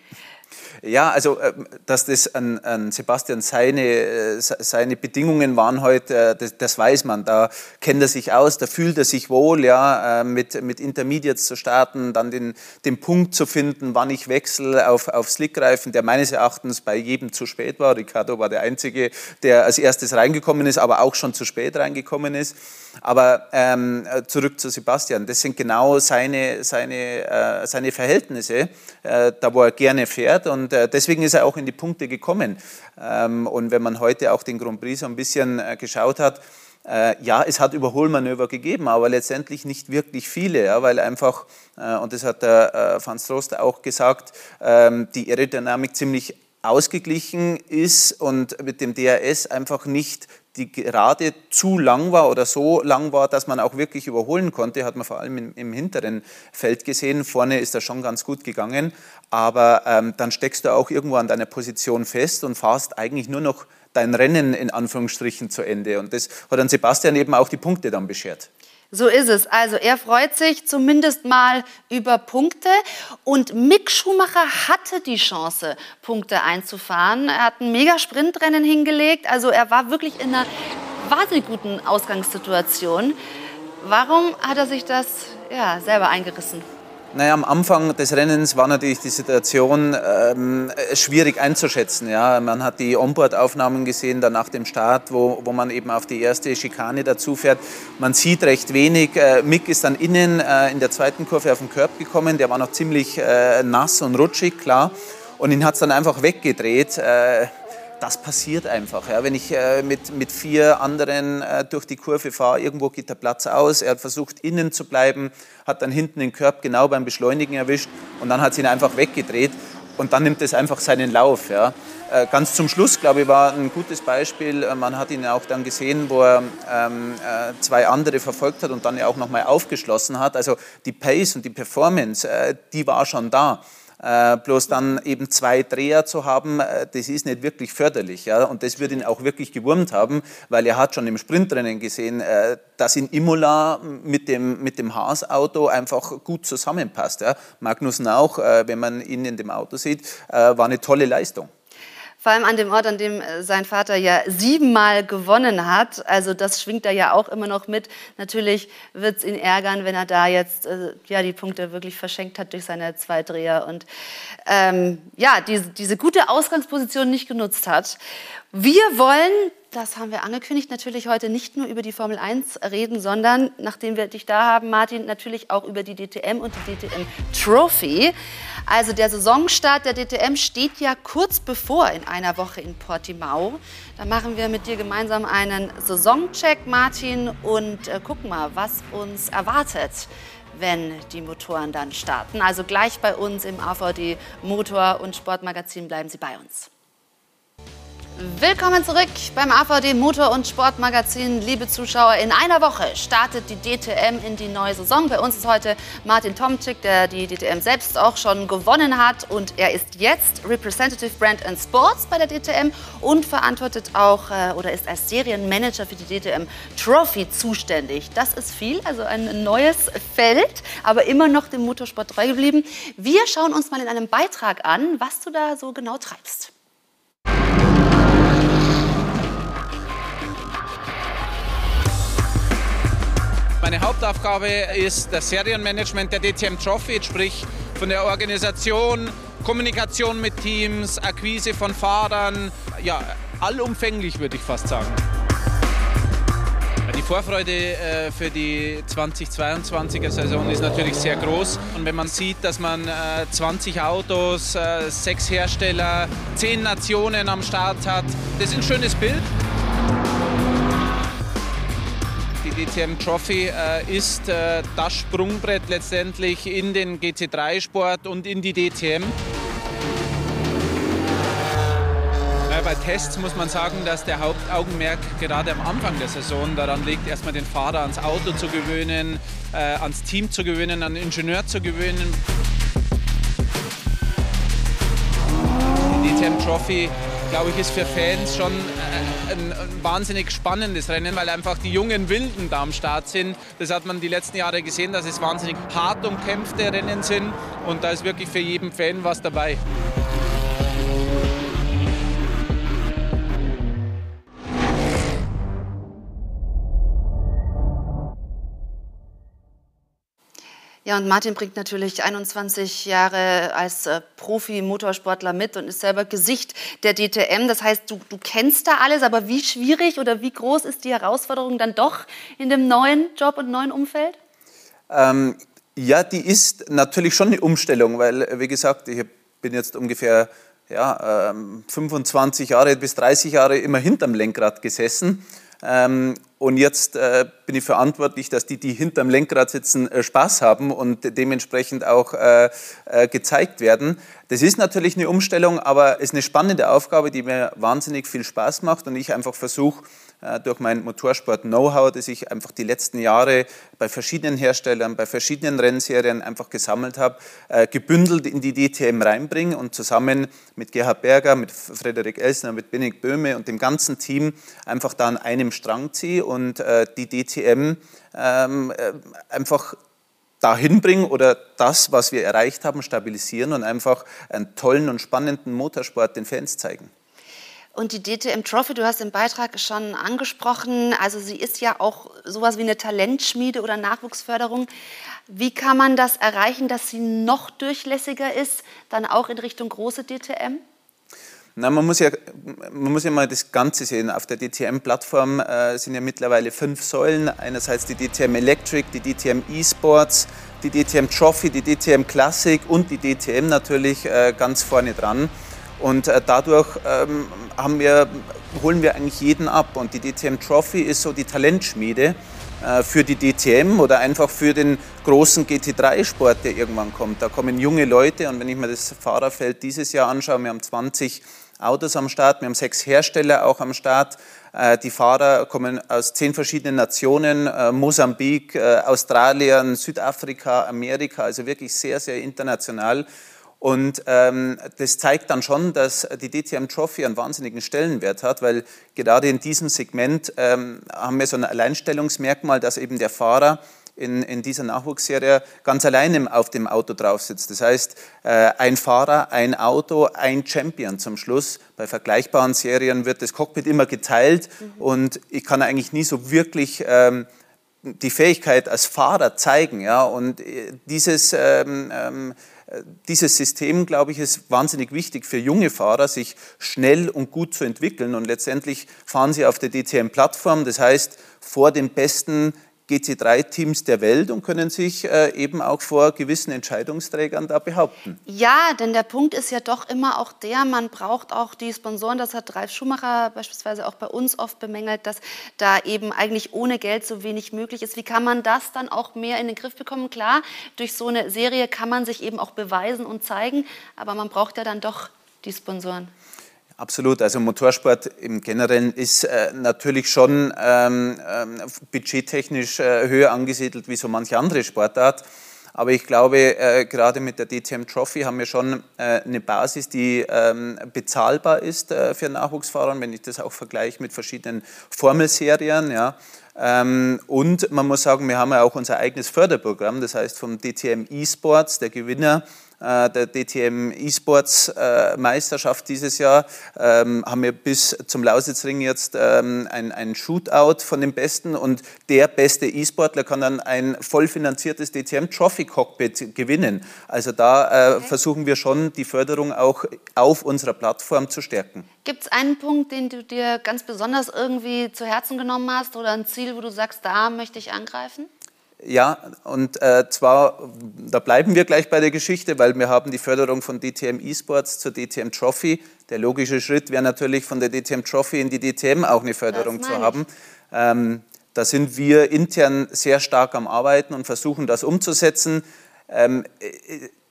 Ja, also dass das an, an Sebastian seine, seine Bedingungen waren heute, das, das weiß man. Da kennt er sich aus, da fühlt er sich wohl, ja, mit, mit Intermediates zu starten, dann den, den Punkt zu finden, wann ich wechsle auf, auf Slickreifen, der meines Erachtens bei jedem zu spät war. Ricciardo war der Einzige, der als erstes reingekommen ist, aber auch schon zu spät reingekommen ist. Aber ähm, zurück zu Sebastian, das sind genau seine, seine, äh, seine Verhältnisse, äh, da wo er gerne fährt und äh, deswegen ist er auch in die Punkte gekommen. Ähm, und wenn man heute auch den Grand Prix so ein bisschen äh, geschaut hat, äh, ja, es hat Überholmanöver gegeben, aber letztendlich nicht wirklich viele, ja, weil einfach, äh, und das hat der äh, Van Strost auch gesagt, äh, die Aerodynamik ziemlich ausgeglichen ist und mit dem D R S einfach nicht die gerade zu lang war oder so lang war, dass man auch wirklich überholen konnte, hat man vor allem im, im hinteren Feld gesehen. Vorne ist das schon ganz gut gegangen, aber ähm, dann steckst du auch irgendwo an deiner Position fest und fahrst eigentlich nur noch dein Rennen in Anführungsstrichen zu Ende. Und das hat dann Sebastian eben auch die Punkte dann beschert. So ist es. Also er freut sich zumindest mal über Punkte. Und Mick Schumacher hatte die Chance, Punkte einzufahren. Er hat ein Mega-Sprintrennen hingelegt. Also er war wirklich in einer wahnsinnig guten Ausgangssituation. Warum hat er sich das ja, selber eingerissen? Naja, am Anfang des Rennens war natürlich die Situation ähm, schwierig einzuschätzen. Ja. Man hat die Onboard-Aufnahmen gesehen, dann nach dem Start, wo, wo man eben auf die erste Schikane dazu fährt. Man sieht recht wenig. Äh, Mick ist dann innen äh, in der zweiten Kurve auf den Curb gekommen. Der war noch ziemlich äh, nass und rutschig, klar. Und ihn hat es dann einfach weggedreht. Äh, Das passiert einfach. Ja. Wenn ich äh, mit, mit vier anderen äh, durch die Kurve fahre, irgendwo geht der Platz aus. Er hat versucht, innen zu bleiben, hat dann hinten den Curb genau beim Beschleunigen erwischt und dann hat sie ihn einfach weggedreht und dann nimmt es einfach seinen Lauf. Ja. Äh, ganz zum Schluss, glaube ich, war ein gutes Beispiel. Äh, man hat ihn auch dann gesehen, wo er ähm, äh, zwei andere verfolgt hat und dann ja auch nochmal aufgeschlossen hat. Also die Pace und die Performance, äh, die war schon da. Äh, bloß dann eben zwei Dreher zu haben, äh, das ist nicht wirklich förderlich. Ja? Und das wird ihn auch wirklich gewurmt haben, weil er hat schon im Sprintrennen gesehen, äh, dass in Imola mit dem, mit dem Haas-Auto einfach gut zusammenpasst. Ja? Magnussen auch, äh, wenn man ihn in dem Auto sieht, äh, war eine tolle Leistung. Vor allem an dem Ort, an dem sein Vater ja siebenmal gewonnen hat. Also das schwingt er ja auch immer noch mit. Natürlich wird es ihn ärgern, wenn er da jetzt äh, ja, die Punkte wirklich verschenkt hat durch seine zwei Dreher und ähm, ja, diese, diese gute Ausgangsposition nicht genutzt hat. Wir wollen, das haben wir angekündigt, natürlich heute nicht nur über die Formel eins reden, sondern, nachdem wir dich da haben, Martin, natürlich auch über die D T M und die D T M Trophy. Also der Saisonstart der D T M steht ja kurz bevor in einer Woche in Portimao. Da machen wir mit dir gemeinsam einen Saisoncheck, Martin, und äh, gucken mal, was uns erwartet, wenn die Motoren dann starten. Also gleich bei uns im A V D Motor- und Sportmagazin, bleiben Sie bei uns. Willkommen zurück beim A V D Motor- und Sportmagazin. Liebe Zuschauer, in einer Woche startet die D T M in die neue Saison. Bei uns ist heute Martin Tomczyk, der die D T M selbst auch schon gewonnen hat. Und er ist jetzt Representative Brand and Sports bei der D T M und verantwortet auch äh, oder ist als Serienmanager für die D T M Trophy zuständig. Das ist viel, also ein neues Feld, aber immer noch dem Motorsport treu geblieben. Wir schauen uns mal in einem Beitrag an, was du da so genau treibst. Meine Hauptaufgabe ist das Serienmanagement der D T M Trophy, sprich von der Organisation, Kommunikation mit Teams, Akquise von Fahrern, ja, allumfänglich würde ich fast sagen. Die Vorfreude äh, für die zweitausendzweiundzwanziger Saison ist natürlich sehr groß. Und wenn man sieht, dass man äh, zwanzig Autos, äh, sechs Hersteller, zehn Nationen am Start hat, das ist ein schönes Bild. Die D T M Trophy äh, ist äh, das Sprungbrett letztendlich in den G T drei Sport und in die D T M. Bei bei Tests muss man sagen, dass der Hauptaugenmerk gerade am Anfang der Saison daran liegt, erstmal den Fahrer ans Auto zu gewöhnen, äh, ans Team zu gewöhnen, an den Ingenieur zu gewöhnen. Die D T M Trophy, glaube ich, ist für Fans schon äh, ein, ein wahnsinnig spannendes Rennen, weil einfach die jungen Wilden da am Start sind. Das hat man die letzten Jahre gesehen, dass es wahnsinnig hart umkämpfte Rennen sind und da ist wirklich für jeden Fan was dabei. Ja, und Martin bringt natürlich einundzwanzig Jahre als äh, Profi-Motorsportler mit und ist selber Gesicht der D T M. Das heißt, du, du kennst da alles, aber wie schwierig oder wie groß ist die Herausforderung dann doch in dem neuen Job und neuen Umfeld? Ähm, ja, die ist natürlich schon eine Umstellung, weil, wie gesagt, ich bin jetzt ungefähr ja, ähm, fünfundzwanzig Jahre bis dreißig Jahre immer hinterm Lenkrad gesessen. Ähm, und jetzt äh, bin ich verantwortlich, dass die, die hinterm Lenkrad sitzen, äh, Spaß haben und dementsprechend auch äh, äh, gezeigt werden. Das ist natürlich eine Umstellung, aber es ist eine spannende Aufgabe, die mir wahnsinnig viel Spaß macht und ich einfach versuche, äh, durch mein Motorsport-Know-how, das ich einfach die letzten Jahre bei verschiedenen Herstellern, bei verschiedenen Rennserien einfach gesammelt habe, äh, gebündelt in die D T M reinbringen und zusammen mit Gerhard Berger, mit Frederik Elsner, mit Benedikt Böhme und dem ganzen Team einfach da an einem Strang ziehe und äh, die D T M ähm, äh, einfach dahin bringen oder das, was wir erreicht haben, stabilisieren und einfach einen tollen und spannenden Motorsport den Fans zeigen. Und die D T M Trophy, du hast den Beitrag schon angesprochen, also sie ist ja auch sowas wie eine Talentschmiede oder Nachwuchsförderung. Wie kann man das erreichen, dass sie noch durchlässiger ist, dann auch in Richtung große D T M? Na, man muss ja, man muss ja mal das Ganze sehen. Auf der D T M-Plattform äh, sind ja mittlerweile fünf Säulen. Einerseits die D T M Electric, die D T M E-Sports, die D T M Trophy, die D T M Classic und die D T M natürlich äh, ganz vorne dran. Und äh, dadurch ähm, haben wir, holen wir eigentlich jeden ab. Und die D T M Trophy ist so die Talentschmiede äh, für die D T M oder einfach für den großen G T drei Sport, der irgendwann kommt. Da kommen junge Leute und wenn ich mir das Fahrerfeld dieses Jahr anschaue, wir haben zwanzig Autos am Start, wir haben sechs Hersteller auch am Start. Äh, die Fahrer kommen aus zehn verschiedenen Nationen, äh, Mosambik, äh, Australien, Südafrika, Amerika, also wirklich sehr, sehr international. Und ähm, das zeigt dann schon, dass die D T M Trophy einen wahnsinnigen Stellenwert hat, weil gerade in diesem Segment ähm, haben wir so ein Alleinstellungsmerkmal, dass eben der Fahrer in, in dieser Nachwuchsserie ganz alleine auf dem Auto drauf sitzt. Das heißt, äh, ein Fahrer, ein Auto, ein Champion zum Schluss. Bei vergleichbaren Serien wird das Cockpit immer geteilt mhm. und ich kann eigentlich nie so wirklich ähm, die Fähigkeit als Fahrer zeigen. Ja? Und dieses ähm, ähm, Dieses System, glaube ich, ist wahnsinnig wichtig für junge Fahrer, sich schnell und gut zu entwickeln. Und letztendlich fahren sie auf der D T M-Plattform, das heißt vor den besten G T drei Teams der Welt und können sich äh, eben auch vor gewissen Entscheidungsträgern da behaupten. Ja, denn der Punkt ist ja doch immer auch der, man braucht auch die Sponsoren. Das hat Ralf Schumacher beispielsweise auch bei uns oft bemängelt, dass da eben eigentlich ohne Geld so wenig möglich ist. Wie kann man das dann auch mehr in den Griff bekommen? Klar, durch so eine Serie kann man sich eben auch beweisen und zeigen, aber man braucht ja dann doch die Sponsoren. Absolut, also Motorsport im Generellen ist äh, natürlich schon ähm, äh, budgettechnisch äh, höher angesiedelt wie so manche andere Sportart. Aber ich glaube, äh, gerade mit der D T M Trophy haben wir schon äh, eine Basis, die ähm, bezahlbar ist äh, für Nachwuchsfahrer, wenn ich das auch vergleiche mit verschiedenen Formelserien. Ja. Ähm, und man muss sagen, wir haben ja auch unser eigenes Förderprogramm, das heißt vom D T M E-Sports, der Gewinner der D T M E-Sports Meisterschaft dieses Jahr, ähm, haben wir bis zum Lausitzring jetzt ähm, ein, ein Shootout von den Besten und der beste E-Sportler kann dann ein voll finanziertes D T M Trophy Cockpit gewinnen. Also da äh, okay. versuchen wir schon, die Förderung auch auf unserer Plattform zu stärken. Gibt es einen Punkt, den du dir ganz besonders irgendwie zu Herzen genommen hast oder ein Ziel, wo du sagst, da möchte ich angreifen? Ja, und äh, zwar, da bleiben wir gleich bei der Geschichte, weil wir haben die Förderung von D T M E-Sports zur D T M Trophy. Der logische Schritt wäre natürlich von der D T M Trophy in die D T M auch eine Förderung zu haben. Ähm, da sind wir intern sehr stark am Arbeiten und versuchen das umzusetzen. Ähm,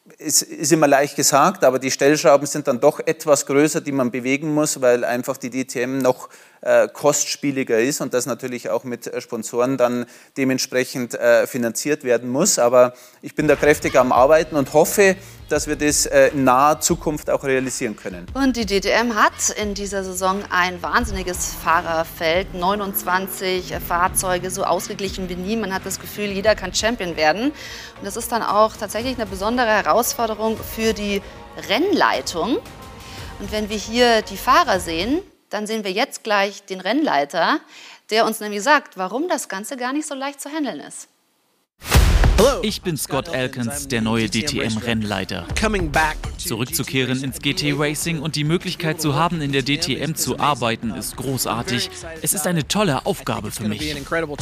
es ist immer leicht gesagt, aber die Stellschrauben sind dann doch etwas größer, die man bewegen muss, weil einfach die D T M noch äh, kostspieliger ist und das natürlich auch mit äh, Sponsoren dann dementsprechend äh, finanziert werden muss. Aber ich bin da kräftig am Arbeiten und hoffe, dass wir das äh, in naher Zukunft auch realisieren können. Und die D T M hat in dieser Saison ein wahnsinniges Fahrerfeld, neunundzwanzig Fahrzeuge, so ausgeglichen wie nie. Man hat das Gefühl, jeder kann Champion werden. Und das ist dann auch tatsächlich eine besondere Herausforderung für die Rennleitung. Und wenn wir hier die Fahrer sehen, dann sehen wir jetzt gleich den Rennleiter, der uns nämlich sagt, warum das Ganze gar nicht so leicht zu handeln ist. Ich bin Scott Elkins, der neue D T M-Rennleiter. Zurückzukehren ins G T Racing und die Möglichkeit zu haben, in der D T M zu arbeiten, ist großartig. Es ist eine tolle Aufgabe für mich.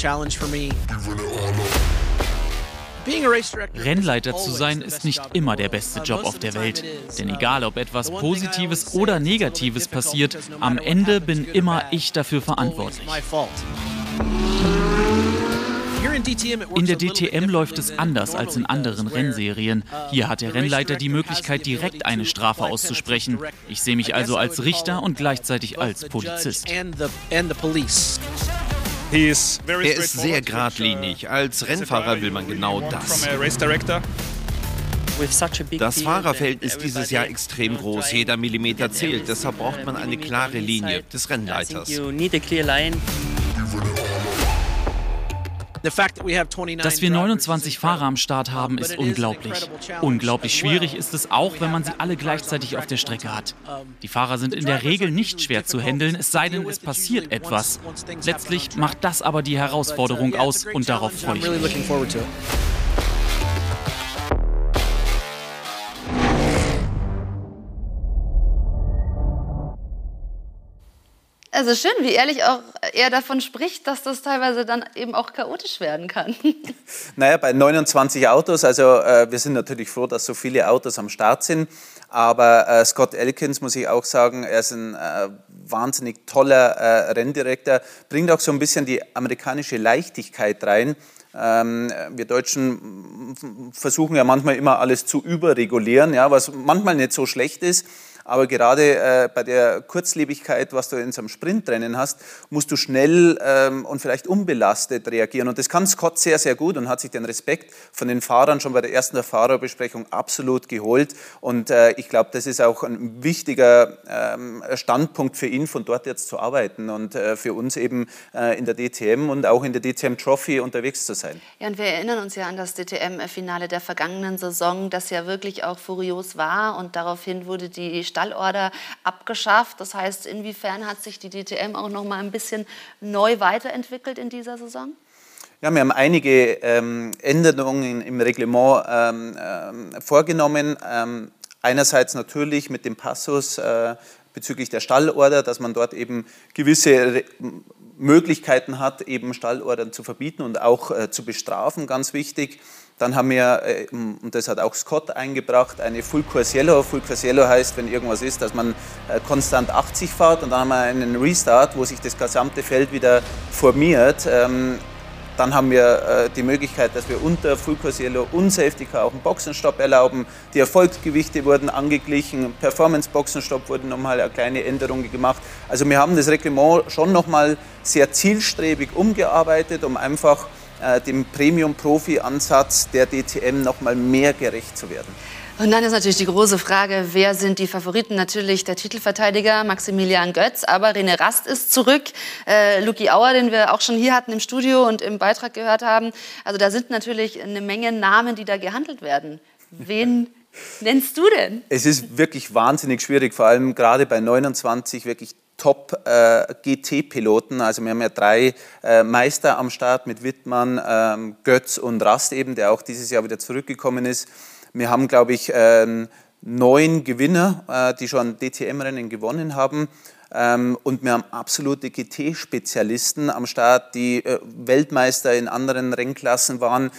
Rennleiter zu sein, ist nicht immer der beste Job auf der Welt. Denn egal, ob etwas Positives oder Negatives passiert, am Ende bin immer ich dafür verantwortlich. In der D T M läuft es anders als in anderen Rennserien. Hier hat der Rennleiter die Möglichkeit, direkt eine Strafe auszusprechen. Ich sehe mich also als Richter und gleichzeitig als Polizist. Er ist sehr geradlinig. Als Rennfahrer will man genau das. Das Fahrerfeld ist dieses Jahr extrem groß. Jeder Millimeter zählt. Deshalb braucht man eine klare Linie des Rennleiters. Dass wir neunundzwanzig Fahrer am Start haben, ist unglaublich. Unglaublich schwierig ist es auch, wenn man sie alle gleichzeitig auf der Strecke hat. Die Fahrer sind in der Regel nicht schwer zu handeln, es sei denn, es passiert etwas. Letztlich macht das aber die Herausforderung aus und darauf freue ich mich. Also schön, wie ehrlich auch er davon spricht, dass das teilweise dann eben auch chaotisch werden kann. Naja, bei neunundzwanzig Autos, also äh, wir sind natürlich froh, dass so viele Autos am Start sind, aber äh, Scott Elkins, muss ich auch sagen, er ist ein äh, wahnsinnig toller äh, Renndirektor, bringt auch so ein bisschen die amerikanische Leichtigkeit rein. Ähm, wir Deutschen versuchen ja manchmal immer alles zu überregulieren, ja, was manchmal nicht so schlecht ist. Aber gerade äh, bei der Kurzlebigkeit, was du in so einem Sprintrennen hast, musst du schnell ähm, und vielleicht unbelastet reagieren. Und das kann Scott sehr, sehr gut und hat sich den Respekt von den Fahrern schon bei der ersten Fahrerbesprechung absolut geholt. Und äh, ich glaube, das ist auch ein wichtiger ähm, Standpunkt für ihn, von dort jetzt zu arbeiten und äh, für uns eben äh, in der D T M und auch in der D T M Trophy unterwegs zu sein. Ja, und wir erinnern uns ja an das D T M-Finale der vergangenen Saison, das ja wirklich auch furios war und daraufhin wurde die Stallorder abgeschafft. Das heißt, inwiefern hat sich die D T M auch noch mal ein bisschen neu weiterentwickelt in dieser Saison? Ja, wir haben einige ähm, Änderungen im Reglement ähm, äh, vorgenommen. Ähm, einerseits natürlich mit dem Passus äh, bezüglich der Stallorder, dass man dort eben gewisse Re Möglichkeiten hat, eben Stallordern zu verbieten und auch äh, zu bestrafen, ganz wichtig. Dann haben wir, äh, und das hat auch Scott eingebracht, eine Full Course Yellow. Full Course Yellow heißt, wenn irgendwas ist, dass man äh, konstant achtzig fährt und dann haben wir einen Restart, wo sich das gesamte Feld wieder formiert. Ähm, Dann haben wir äh, die Möglichkeit, dass wir unter Full Course Yellow und Safety Car auch einen Boxenstopp erlauben. Die Erfolgsgewichte wurden angeglichen, Performance-Boxenstopp wurden nochmal eine kleine Änderung gemacht. Also wir haben das Reglement schon nochmal sehr zielstrebig umgearbeitet, um einfach äh, dem Premium-Profi-Ansatz der D T M nochmal mehr gerecht zu werden. Und dann ist natürlich die große Frage, wer sind die Favoriten? Natürlich der Titelverteidiger Maximilian Götz, aber René Rast ist zurück. Äh, Luki Auer, den wir auch schon hier hatten im Studio und im Beitrag gehört haben. Also da sind natürlich eine Menge Namen, die da gehandelt werden. Wen nennst du denn? Es ist wirklich wahnsinnig schwierig, vor allem gerade bei neunundzwanzig wirklich Top-G T-Piloten. Also wir haben ja drei äh, Meister am Start mit Wittmann, ähm, Götz und Rast eben, der auch dieses Jahr wieder zurückgekommen ist. Wir haben, glaube ich, äh, neun Gewinner, äh, die schon D T M-Rennen gewonnen haben. Ähm, und wir haben absolute G T-Spezialisten am Start, die äh, Weltmeister in anderen Rennklassen waren.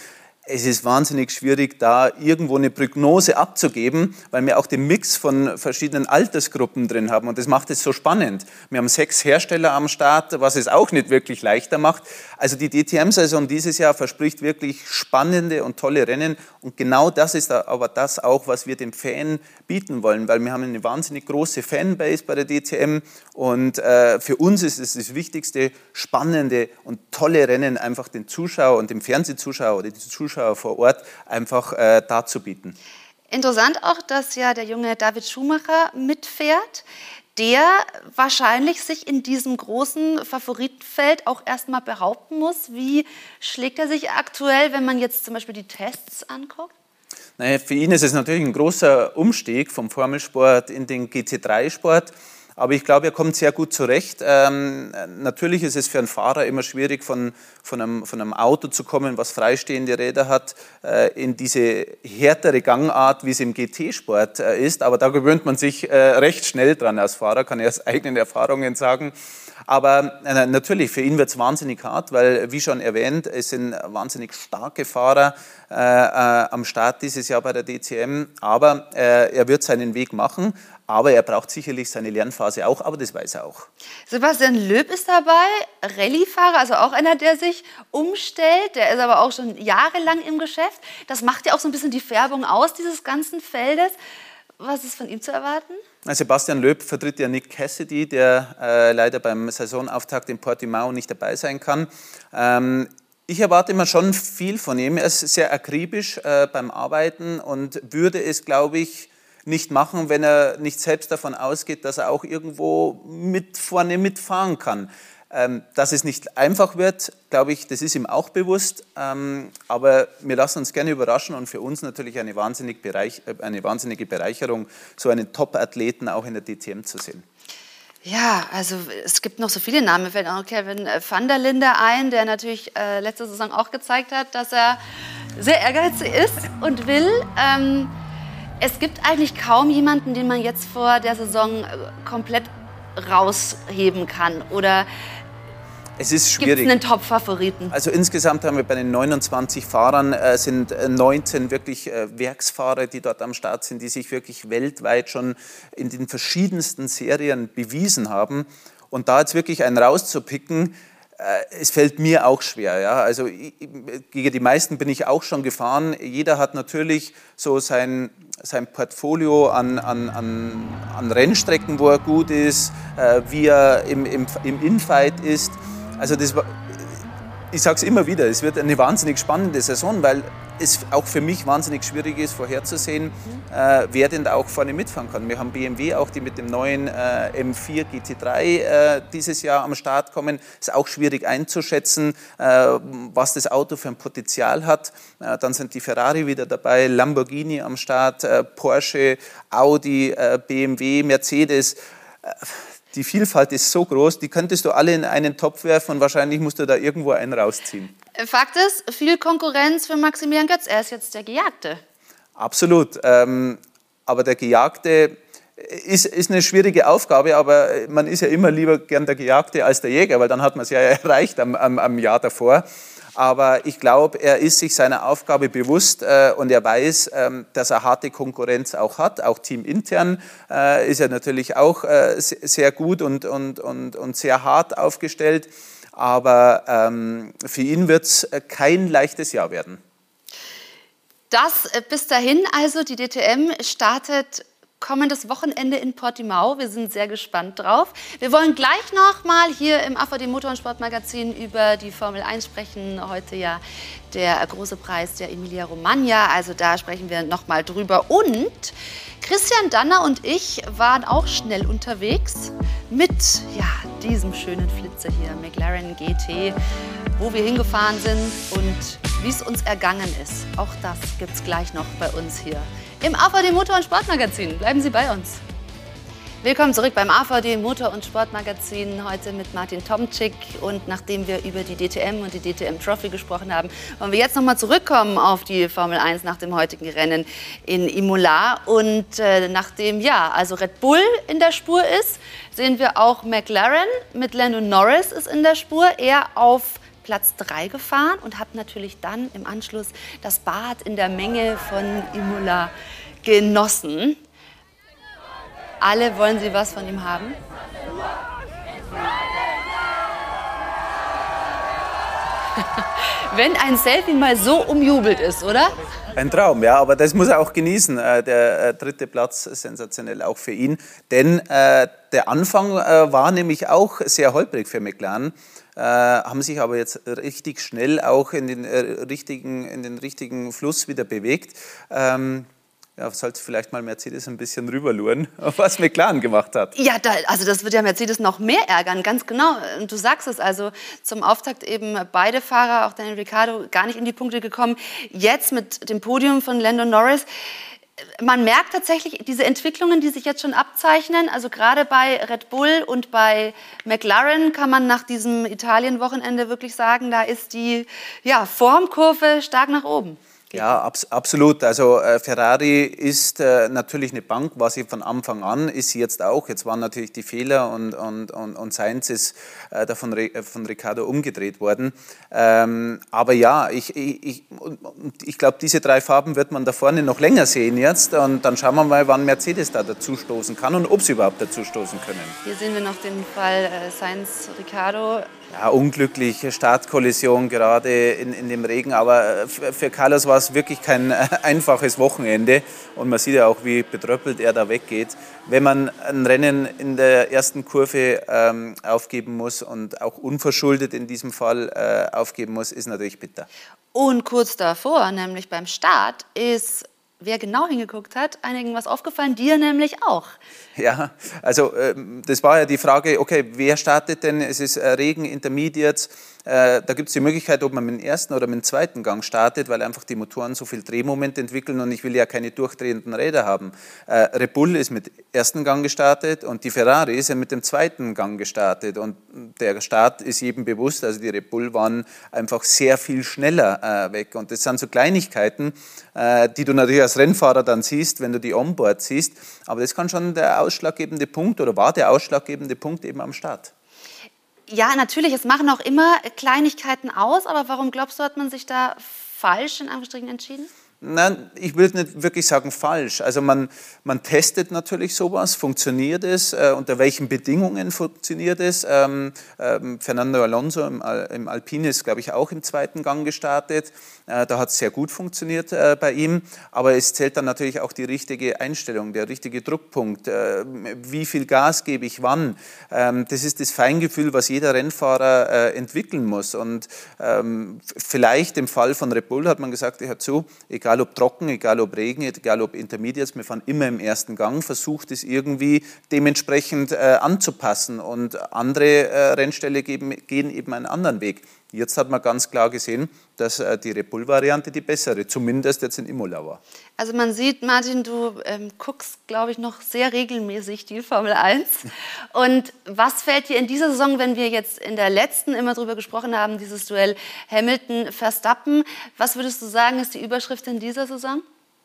es ist wahnsinnig schwierig, da irgendwo eine Prognose abzugeben, weil wir auch den Mix von verschiedenen Altersgruppen drin haben und das macht es so spannend. Wir haben sechs Hersteller am Start, was es auch nicht wirklich leichter macht. Also die D T M-Saison dieses Jahr verspricht wirklich spannende und tolle Rennen und genau das ist aber das auch, was wir dem Fan bieten wollen, weil wir haben eine wahnsinnig große Fanbase bei der D T M und äh, für uns ist es das Wichtigste, spannende und tolle Rennen einfach den Zuschauer und dem Fernsehzuschauer oder die Zuschauer vor Ort einfach äh, darzubieten. Interessant auch, dass ja der junge David Schumacher mitfährt, der wahrscheinlich sich in diesem großen Favoritenfeld auch erstmal behaupten muss. Wie schlägt er sich aktuell, wenn man jetzt zum Beispiel die Tests anguckt? Naja, für ihn ist es natürlich ein großer Umstieg vom Formelsport in den G T drei Sport. Aber ich glaube, er kommt sehr gut zurecht. Ähm, natürlich ist es für einen Fahrer immer schwierig, von, von, einem, von einem Auto zu kommen, was freistehende Räder hat, äh, in diese härtere Gangart, wie es im G T-Sport äh, ist. Aber da gewöhnt man sich äh, recht schnell dran als Fahrer, kann ich aus eigenen Erfahrungen sagen. Aber äh, natürlich, für ihn wird es wahnsinnig hart, weil, wie schon erwähnt, es sind wahnsinnig starke Fahrer äh, äh, am Start dieses Jahr bei der D T M. Aber äh, er wird seinen Weg machen. Aber er braucht sicherlich seine Lernphase auch, aber das weiß er auch. Sebastian Loeb ist dabei, Rallye-Fahrer, also auch einer, der sich umstellt. Der ist aber auch schon jahrelang im Geschäft. Das macht ja auch so ein bisschen die Färbung aus dieses ganzen Feldes. Was ist von ihm zu erwarten? Sebastian Loeb vertritt ja Nick Cassidy, der äh, leider beim Saisonauftakt in Portimao nicht dabei sein kann. Ähm, Ich erwarte immer schon viel von ihm. Er ist sehr akribisch äh, beim Arbeiten und würde es, glaube ich, nicht machen, wenn er nicht selbst davon ausgeht, dass er auch irgendwo mit vorne mitfahren kann. Ähm, dass es nicht einfach wird, glaube ich, das ist ihm auch bewusst. Ähm, aber wir lassen uns gerne überraschen und für uns natürlich eine, wahnsinnig Bereich, eine wahnsinnige Bereicherung, so einen Top-Athleten auch in der D T M zu sehen. Ja, also es gibt noch so viele Namen. Mir fällt auch Kevin van der Linde ein, der natürlich äh, letzte Saison auch gezeigt hat, dass er sehr ehrgeizig ist und will. Ähm, Es gibt eigentlich kaum jemanden, den man jetzt vor der Saison komplett rausheben kann. Oder es ist schwierig. Gibt es einen Top-Favoriten? Also insgesamt haben wir bei den neunundzwanzig Fahrern äh, sind neunzehn wirklich äh, Werksfahrer, die dort am Start sind, die sich wirklich weltweit schon in den verschiedensten Serien bewiesen haben. Und da jetzt wirklich einen rauszupicken, es fällt mir auch schwer. Ja? Also ich, gegen die meisten bin ich auch schon gefahren. Jeder hat natürlich so sein, sein Portfolio an, an, an, an Rennstrecken, wo er gut ist, äh, wie er im, im, im Infight ist. Also das war, ich sage es immer wieder, es wird eine wahnsinnig spannende Saison, weil es auch für mich wahnsinnig schwierig ist, vorherzusehen, mhm. äh, wer denn da auch vorne mitfahren kann. Wir haben B M W auch, die mit dem neuen äh, M vier G T drei äh, dieses Jahr am Start kommen. Ist auch schwierig einzuschätzen, äh, was das Auto für ein Potenzial hat. Äh, dann sind die Ferrari wieder dabei, Lamborghini am Start, äh, Porsche, Audi, äh, B M W, Mercedes. Äh, Die Vielfalt ist so groß, die könntest du alle in einen Topf werfen und wahrscheinlich musst du da irgendwo einen rausziehen. Fakt ist, viel Konkurrenz für Maximilian Götz. Er ist jetzt der Gejagte. Absolut. Ähm, aber der Gejagte ist, ist eine schwierige Aufgabe, aber man ist ja immer lieber gern der Gejagte als der Jäger, weil dann hat man es ja erreicht am, am, am Jahr davor. Aber ich glaube, er ist sich seiner Aufgabe bewusst äh, und er weiß, ähm, dass er harte Konkurrenz auch hat. Auch teamintern äh, ist er natürlich auch äh, sehr gut und, und, und, und sehr hart aufgestellt. Aber ähm, für ihn wird es kein leichtes Jahr werden. Das äh, bis dahin also, die D T M startet kommendes Wochenende in Portimao. Wir sind sehr gespannt drauf. Wir wollen gleich noch mal hier im A V D Motor- und Sportmagazin über die Formel eins sprechen. Heute ja der große Preis der Emilia-Romagna. Also da sprechen wir noch mal drüber. Und Christian Danner und ich waren auch schnell unterwegs mit ja, diesem schönen Flitzer hier, McLaren G T, wo wir hingefahren sind und wie es uns ergangen ist. Auch das gibt es gleich noch bei uns hier im A V D Motor- und Sportmagazin. Bleiben Sie bei uns. Willkommen zurück beim A V D Motor- und Sportmagazin. Heute mit Martin Tomczyk. Und nachdem wir über die D T M und die D T M Trophy gesprochen haben, wollen wir jetzt noch mal zurückkommen auf die Formel eins nach dem heutigen Rennen in Imola. Und äh, nachdem ja, also Red Bull in der Spur ist, sehen wir auch McLaren mit Lando Norris ist in der Spur. Er auf Platz drei gefahren und hat natürlich dann im Anschluss das Bad in der Menge von Imola genossen. Alle wollen sie was von ihm haben. Wenn ein Selfie mal so umjubelt ist, oder? Ein Traum, ja, aber das muss er auch genießen. Äh, der äh, dritte Platz, sensationell auch für ihn. Denn äh, der Anfang äh, war nämlich auch sehr holprig für McLaren, äh, haben sich aber jetzt richtig schnell auch in den, äh, richtigen, in den richtigen Fluss wieder bewegt. Ähm, Ja, sollte vielleicht mal Mercedes ein bisschen rüberluren, was McLaren gemacht hat. Ja, da, also das wird ja Mercedes noch mehr ärgern, ganz genau. Und du sagst es, also zum Auftakt eben beide Fahrer, auch Daniel Ricciardo, gar nicht in die Punkte gekommen. Jetzt mit dem Podium von Lando Norris. Man merkt tatsächlich diese Entwicklungen, die sich jetzt schon abzeichnen. Also gerade bei Red Bull und bei McLaren kann man nach diesem Italien-Wochenende wirklich sagen, da ist die ja, Formkurve stark nach oben. Ja, abs absolut. Also äh, Ferrari ist äh, natürlich eine Bank, war sie von Anfang an, ist sie jetzt auch. Jetzt waren natürlich die Fehler und, und, und, und Sainz ist äh, da von, Re von Ricciardo umgedreht worden. Ähm, aber ja, ich, ich, ich, ich glaube, diese drei Farben wird man da vorne noch länger sehen jetzt. Und dann schauen wir mal, wann Mercedes da dazustoßen kann und ob sie überhaupt dazustoßen können. Hier sehen wir noch den Fall äh, Sainz-Ricciardo. Ja, unglückliche Startkollision gerade in, in dem Regen, aber für Carlos war es wirklich kein einfaches Wochenende und man sieht ja auch, wie betröppelt er da weggeht. Wenn man ein Rennen in der ersten Kurve ähm, aufgeben muss und auch unverschuldet in diesem Fall äh, aufgeben muss, ist natürlich bitter. Und kurz davor, nämlich beim Start, ist, wer genau hingeguckt hat, einigen was aufgefallen, dir nämlich auch. Ja, also äh, das war ja die Frage, okay, wer startet denn? Es ist äh, Regen, Intermediates. Äh, da gibt es die Möglichkeit, ob man mit dem ersten oder mit dem zweiten Gang startet, weil einfach die Motoren so viel Drehmoment entwickeln und ich will ja keine durchdrehenden Räder haben. Äh, Red Bull ist mit dem ersten Gang gestartet und die Ferrari ist ja mit dem zweiten Gang gestartet und der Start ist jedem bewusst, also die Red Bull waren einfach sehr viel schneller äh, weg und das sind so Kleinigkeiten, äh, die du natürlich als Rennfahrer dann siehst, wenn du die Onboard siehst, aber das kann schon der ausschlaggebende Punkt oder war der ausschlaggebende Punkt eben am Start. Ja, natürlich, es machen auch immer Kleinigkeiten aus, aber warum glaubst du, hat man sich da falsch in Anführungsstrichen entschieden? Nein, ich will nicht wirklich sagen falsch. Also man, man testet natürlich sowas, funktioniert es, äh, unter welchen Bedingungen funktioniert es. Ähm, ähm, Fernando Alonso im, im Alpine ist, glaube ich, auch im zweiten Gang gestartet. Äh, da hat es sehr gut funktioniert äh, bei ihm. Aber es zählt dann natürlich auch die richtige Einstellung, der richtige Druckpunkt. Äh, wie viel Gas gebe ich wann? Ähm, das ist das Feingefühl, was jeder Rennfahrer äh, entwickeln muss. Und ähm, vielleicht im Fall von Red Bull hat man gesagt, hör zu, egal Egal ob trocken, egal ob Regen, egal ob Intermediates, wir fahren immer im ersten Gang, versucht es irgendwie dementsprechend äh, anzupassen und andere äh, Rennställe geben, gehen eben einen anderen Weg. Jetzt hat man ganz klar gesehen, dass äh, die Red Bull-Variante die bessere, zumindest jetzt in Imola war. Also man sieht, Martin, du ähm, guckst, glaube ich, noch sehr regelmäßig die Formel eins. Und was fällt dir in dieser Saison, wenn wir jetzt in der letzten immer drüber gesprochen haben, dieses Duell Hamilton-Verstappen, was würdest du sagen, ist die Überschrift in dieser Saison?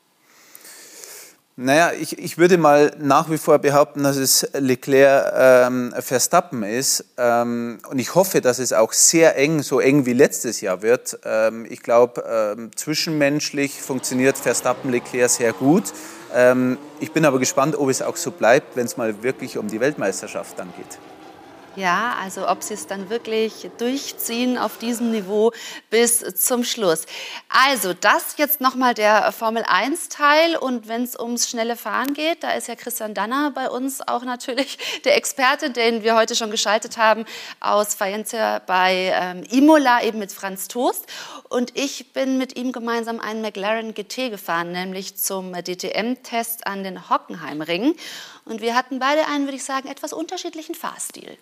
Naja, ich, ich würde mal nach wie vor behaupten, dass es Leclerc-Verstappen ähm, ist. Ähm, und ich hoffe, dass es auch sehr eng, so eng wie letztes Jahr wird. Ähm, ich glaube, ähm, zwischenmenschlich funktioniert Verstappen-Leclerc sehr gut. Ähm, ich bin aber gespannt, ob es auch so bleibt, wenn es mal wirklich um die Weltmeisterschaft dann geht. Ja, also ob sie es dann wirklich durchziehen auf diesem Niveau bis zum Schluss. Also das jetzt nochmal der Formel eins Teil und wenn es ums schnelle Fahren geht, da ist ja Christian Danner bei uns auch natürlich der Experte, den wir heute schon geschaltet haben aus Faenza bei ähm, Imola, eben mit Franz Toast. Und ich bin mit ihm gemeinsam einen McLaren G T gefahren, nämlich zum D T M-Test an den Hockenheimring. Und wir hatten beide einen, würde ich sagen, etwas unterschiedlichen Fahrstil.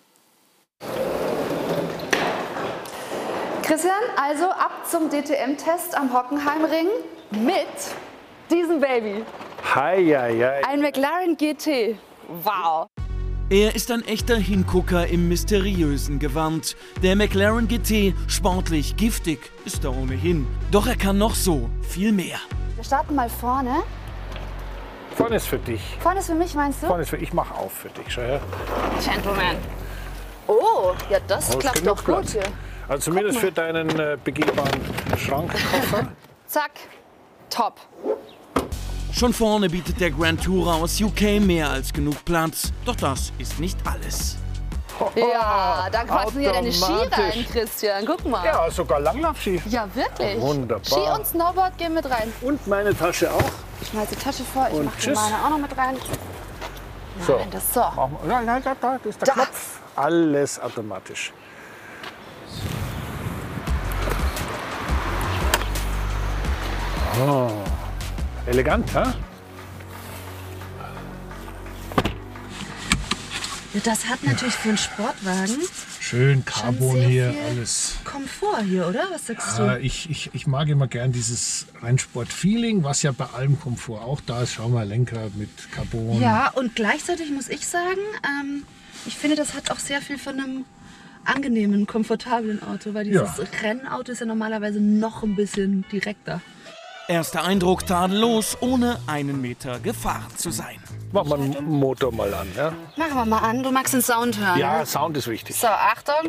Christian, also ab zum D T M-Test am Hockenheimring mit diesem Baby. Hi, hi, hi. Ein McLaren G T. Wow. Er ist ein echter Hingucker im mysteriösen Gewand. Der McLaren G T, sportlich, giftig, ist er ohnehin. Doch er kann noch so viel mehr. Wir starten mal vorne. Vorne ist für dich. Vorne ist für mich, meinst du? Vorne ist für ich mache auf für dich. Schau her. Gentleman. Oh, ja, das oh, klappt doch gut hier. Also zumindest für deinen äh, begehbaren Schrankkoffer. Zack, top. Schon vorne bietet der Grand Tourer aus U K mehr als genug Platz. Doch das ist nicht alles. Ja, da passen hier deine Ski rein, Christian. Guck mal. Ja, sogar Langlaufski. Ja, wirklich. Wunderbar. Ski und Snowboard gehen mit rein. Und meine Tasche auch. Ich schmeiß die Tasche vor, ich Und mach die tschüss. meine auch noch mit rein. So. Nein, das so. Nein, nein, da, da, das ist der Da. Knopf. Alles automatisch. Oh. Elegant, hä? Ja, das hat natürlich für einen Sportwagen Schön schon Carbon sehr hier, viel alles. Komfort hier, oder? Was sagst Ja, du? ich, ich, ich mag immer gern dieses Rennsport-Feeling, was ja bei allem Komfort auch da ist. Schau mal, Lenkrad mit Carbon. Ja, und gleichzeitig muss ich sagen, ähm, ich finde, das hat auch sehr viel von einem angenehmen, komfortablen Auto, weil dieses Ja. Rennauto ist ja normalerweise noch ein bisschen direkter. Erster Eindruck tadellos, ohne einen Meter gefahren zu sein. Machen wir den Motor mal an, ja? Machen wir mal an. Du magst den Sound hören. Ja, ne? Sound ist wichtig. So, Achtung.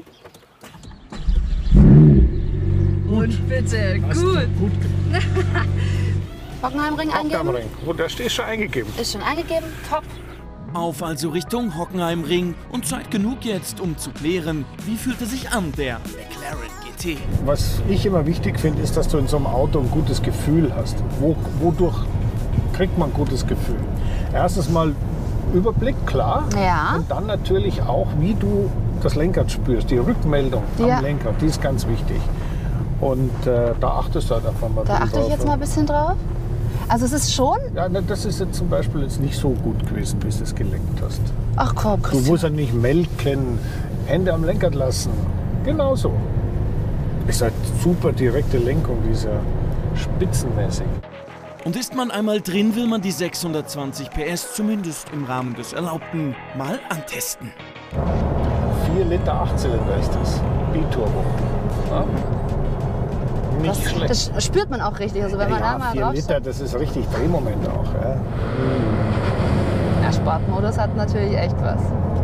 Und bitte, gut. Hockenheimring eingeben. Hockenheimring. Wo, der ist schon eingegeben. Ist schon eingegeben. Top. Auf also Richtung Hockenheimring und Zeit genug jetzt, um zu klären, wie fühlte sich an der McLaren G T. Was ich immer wichtig finde, ist, dass du in so einem Auto ein gutes Gefühl hast. Wo, wodurch kriegt man ein gutes Gefühl? Erstens mal Überblick, klar. Ja. Und dann natürlich auch, wie du das Lenkrad spürst. Die Rückmeldung Ja. am Lenkrad, die ist ganz wichtig. Und äh, da achtest du halt einfach mal Da ein bisschen achte ich drauf. jetzt mal ein bisschen drauf. Also es ist schon... Ja, na, das ist jetzt zum Beispiel jetzt nicht so gut gewesen, bis du es gelenkt hast. Ach komm, Du Christian. musst ja nicht melken, Hände am Lenkrad lassen. Genauso. Ist halt super direkte Lenkung, dieser spitzenmäßig. Und ist man einmal drin, will man die sechshundertzwanzig P S zumindest im Rahmen des Erlaubten mal antesten. vier Liter Achtzylinder ist das. Biturbo. Ja? Nicht Das, schlecht. das spürt man auch richtig. Also wenn man ja, da mal vier drauf Liter, das ist richtig Drehmoment auch. Ja. Der Sportmodus hat natürlich echt was.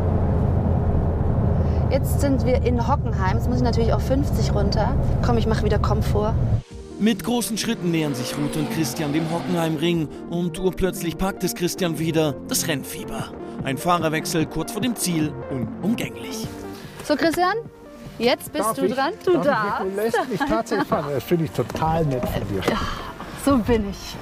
Jetzt sind wir in Hockenheim. Jetzt muss ich natürlich auf fünfzig runter. Komm, ich mache wieder Komfort. Mit großen Schritten nähern sich Ruth und Christian dem Hockenheimring und urplötzlich packt es Christian wieder, das Rennfieber. Ein Fahrerwechsel kurz vor dem Ziel, unumgänglich. So, Christian, jetzt bist Darf du ich? dran. Du Darf darfst. Ich? Du lässt mich tatsächlich fahren. Das finde ich total nett von dir. So bin ich.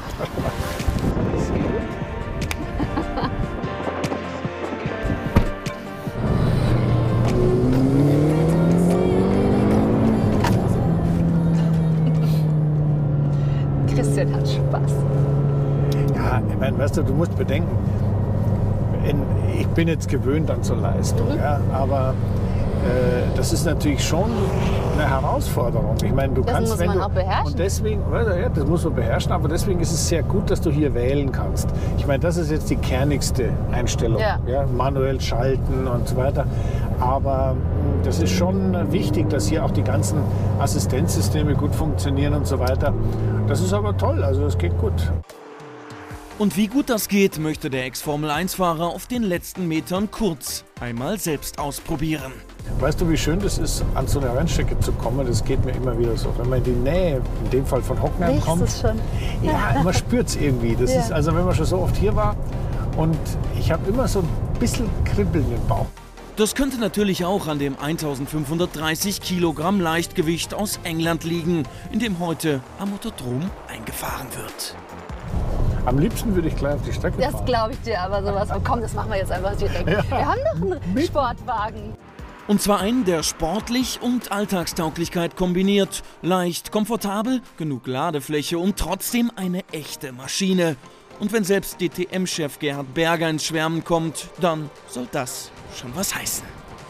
Christian hat Spaß. Ja, ich meine, weißt du, du musst bedenken, in, ich bin jetzt gewöhnt an so Leistung, Mhm. ja, aber äh, das ist natürlich schon eine Herausforderung. Ich meine, du Das kannst, muss wenn man du, auch beherrschen. Und deswegen, ja, das muss man beherrschen, aber deswegen ist es sehr gut, dass du hier wählen kannst. Ich meine, das ist jetzt die kernigste Einstellung, Ja. ja, manuell schalten und so weiter. Aber mh, das ist schon wichtig, dass hier auch die ganzen Assistenzsysteme gut funktionieren und so weiter. Das ist aber toll, also das geht gut. Und wie gut das geht, möchte der Ex-Formel eins Fahrer auf den letzten Metern kurz einmal selbst ausprobieren. Weißt du, wie schön das ist, an so eine Rennstrecke zu kommen? Das geht mir immer wieder so. Wenn man in die Nähe, in dem Fall von Hockenheim Riechst kommt, es schon? ja, man spürt es irgendwie. Das Ja. ist, also wenn man schon so oft hier war und ich habe immer so ein bisschen Kribbeln im Bauch. Das könnte natürlich auch an dem eintausendfünfhundertdreißig Kilogramm Leichtgewicht aus England liegen, in dem heute am Motodrom eingefahren wird. Am liebsten würde ich gleich auf die Strecke Das fahren. glaube ich dir aber sowas. von. Komm, das machen wir jetzt einfach direkt. Ja. Wir haben noch einen Sportwagen. Und zwar einen, der sportlich und Alltagstauglichkeit kombiniert. Leicht, komfortabel, genug Ladefläche und trotzdem eine echte Maschine. Und wenn selbst D T M-Chef Gerhard Berger ins Schwärmen kommt, dann soll das schon was heißen.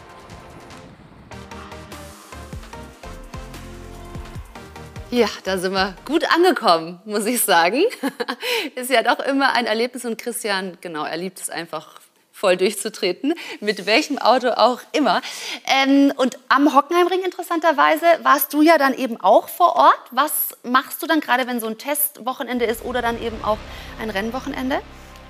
Ja, da sind wir gut angekommen, muss ich sagen. Ist ja doch immer ein Erlebnis und Christian, genau, er liebt es einfach voll durchzutreten, mit welchem Auto auch immer. Ähm, und am Hockenheimring interessanterweise warst du ja dann eben auch vor Ort. Was machst du dann gerade, wenn so ein Testwochenende ist oder dann eben auch ein Rennwochenende? Naja,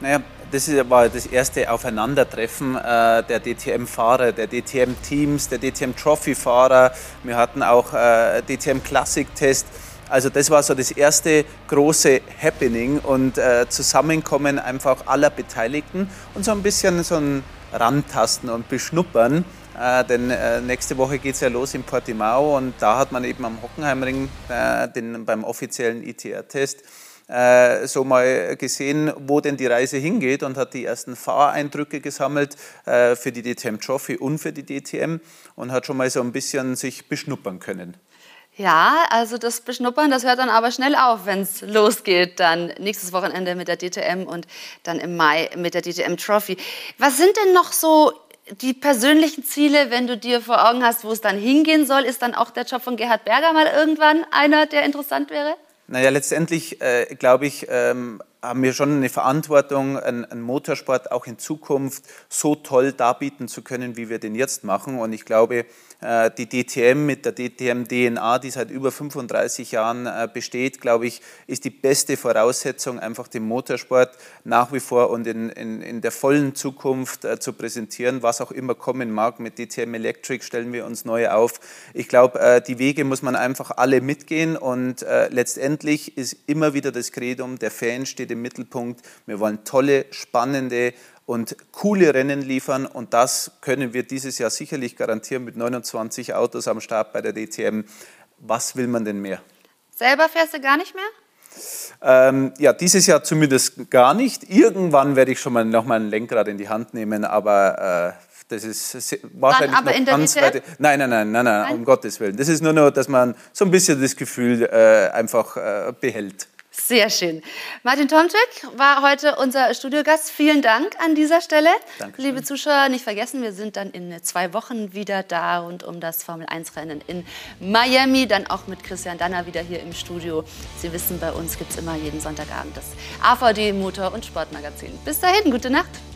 Das war das erste Aufeinandertreffen äh, der D T M-Fahrer, der D T M-Teams, der D T M-Trophy-Fahrer. Wir hatten auch äh, D T M-Classic-Test. Also das war so das erste große Happening und äh, Zusammenkommen einfach aller Beteiligten und so ein bisschen so ein Rantasten und Beschnuppern. Äh, denn äh, nächste Woche geht es ja los in Portimao und da hat man eben am Hockenheimring äh, den, beim offiziellen I T R-Test äh, so mal gesehen, wo denn die Reise hingeht und hat die ersten Fahreindrücke gesammelt äh, für die D T M Trophy und für die D T M und hat schon mal so ein bisschen sich beschnuppern können. Ja, also das Beschnuppern, das hört dann aber schnell auf, wenn es losgeht. Dann nächstes Wochenende mit der D T M und dann im Mai mit der D T M Trophy. Was sind denn noch so die persönlichen Ziele, wenn du dir vor Augen hast, wo es dann hingehen soll? Ist dann auch der Job von Gerhard Berger mal irgendwann einer, der interessant wäre? Naja, letztendlich äh, glaube ich, ähm, haben wir schon eine Verantwortung, einen, einen Motorsport auch in Zukunft so toll darbieten zu können, wie wir den jetzt machen. Und ich glaube, äh, die D T M mit der D T M-D N A, die seit über fünfunddreißig Jahren äh, besteht, glaube ich, ist die beste Voraussetzung, einfach den Motorsport nach wie vor und in, in, in der vollen Zukunft äh, zu präsentieren, was auch immer kommen mag. Mit D T M Electric stellen wir uns neu auf. Ich glaube, äh, die Wege muss man einfach alle mitgehen und äh, letztendlich ist immer wieder das Credo, der Fan steht im Mittelpunkt. Wir wollen tolle, spannende und coole Rennen liefern und das können wir dieses Jahr sicherlich garantieren mit neunundzwanzig Autos am Start bei der D T M. Was will man denn mehr? Selber fährst du gar nicht mehr? Ähm, ja, dieses Jahr zumindest gar nicht. Irgendwann werde ich schon mal noch mal ein Lenkrad in die Hand nehmen, aber äh, das ist wahrscheinlich Dann aber noch in der ganz D T M? weit. Nein, nein, nein, nein, nein, um Gottes Willen. Das ist nur noch, dass man so ein bisschen das Gefühl äh, einfach äh, behält. Sehr schön. Martin Tomczyk war heute unser Studiogast. Vielen Dank an dieser Stelle. Dankeschön. Liebe Zuschauer, nicht vergessen, wir sind dann in zwei Wochen wieder da rund um das Formel eins Rennen in Miami. Dann auch mit Christian Danner wieder hier im Studio. Sie wissen, bei uns gibt es immer jeden Sonntagabend das A V D Motor- und Sportmagazin. Bis dahin, gute Nacht.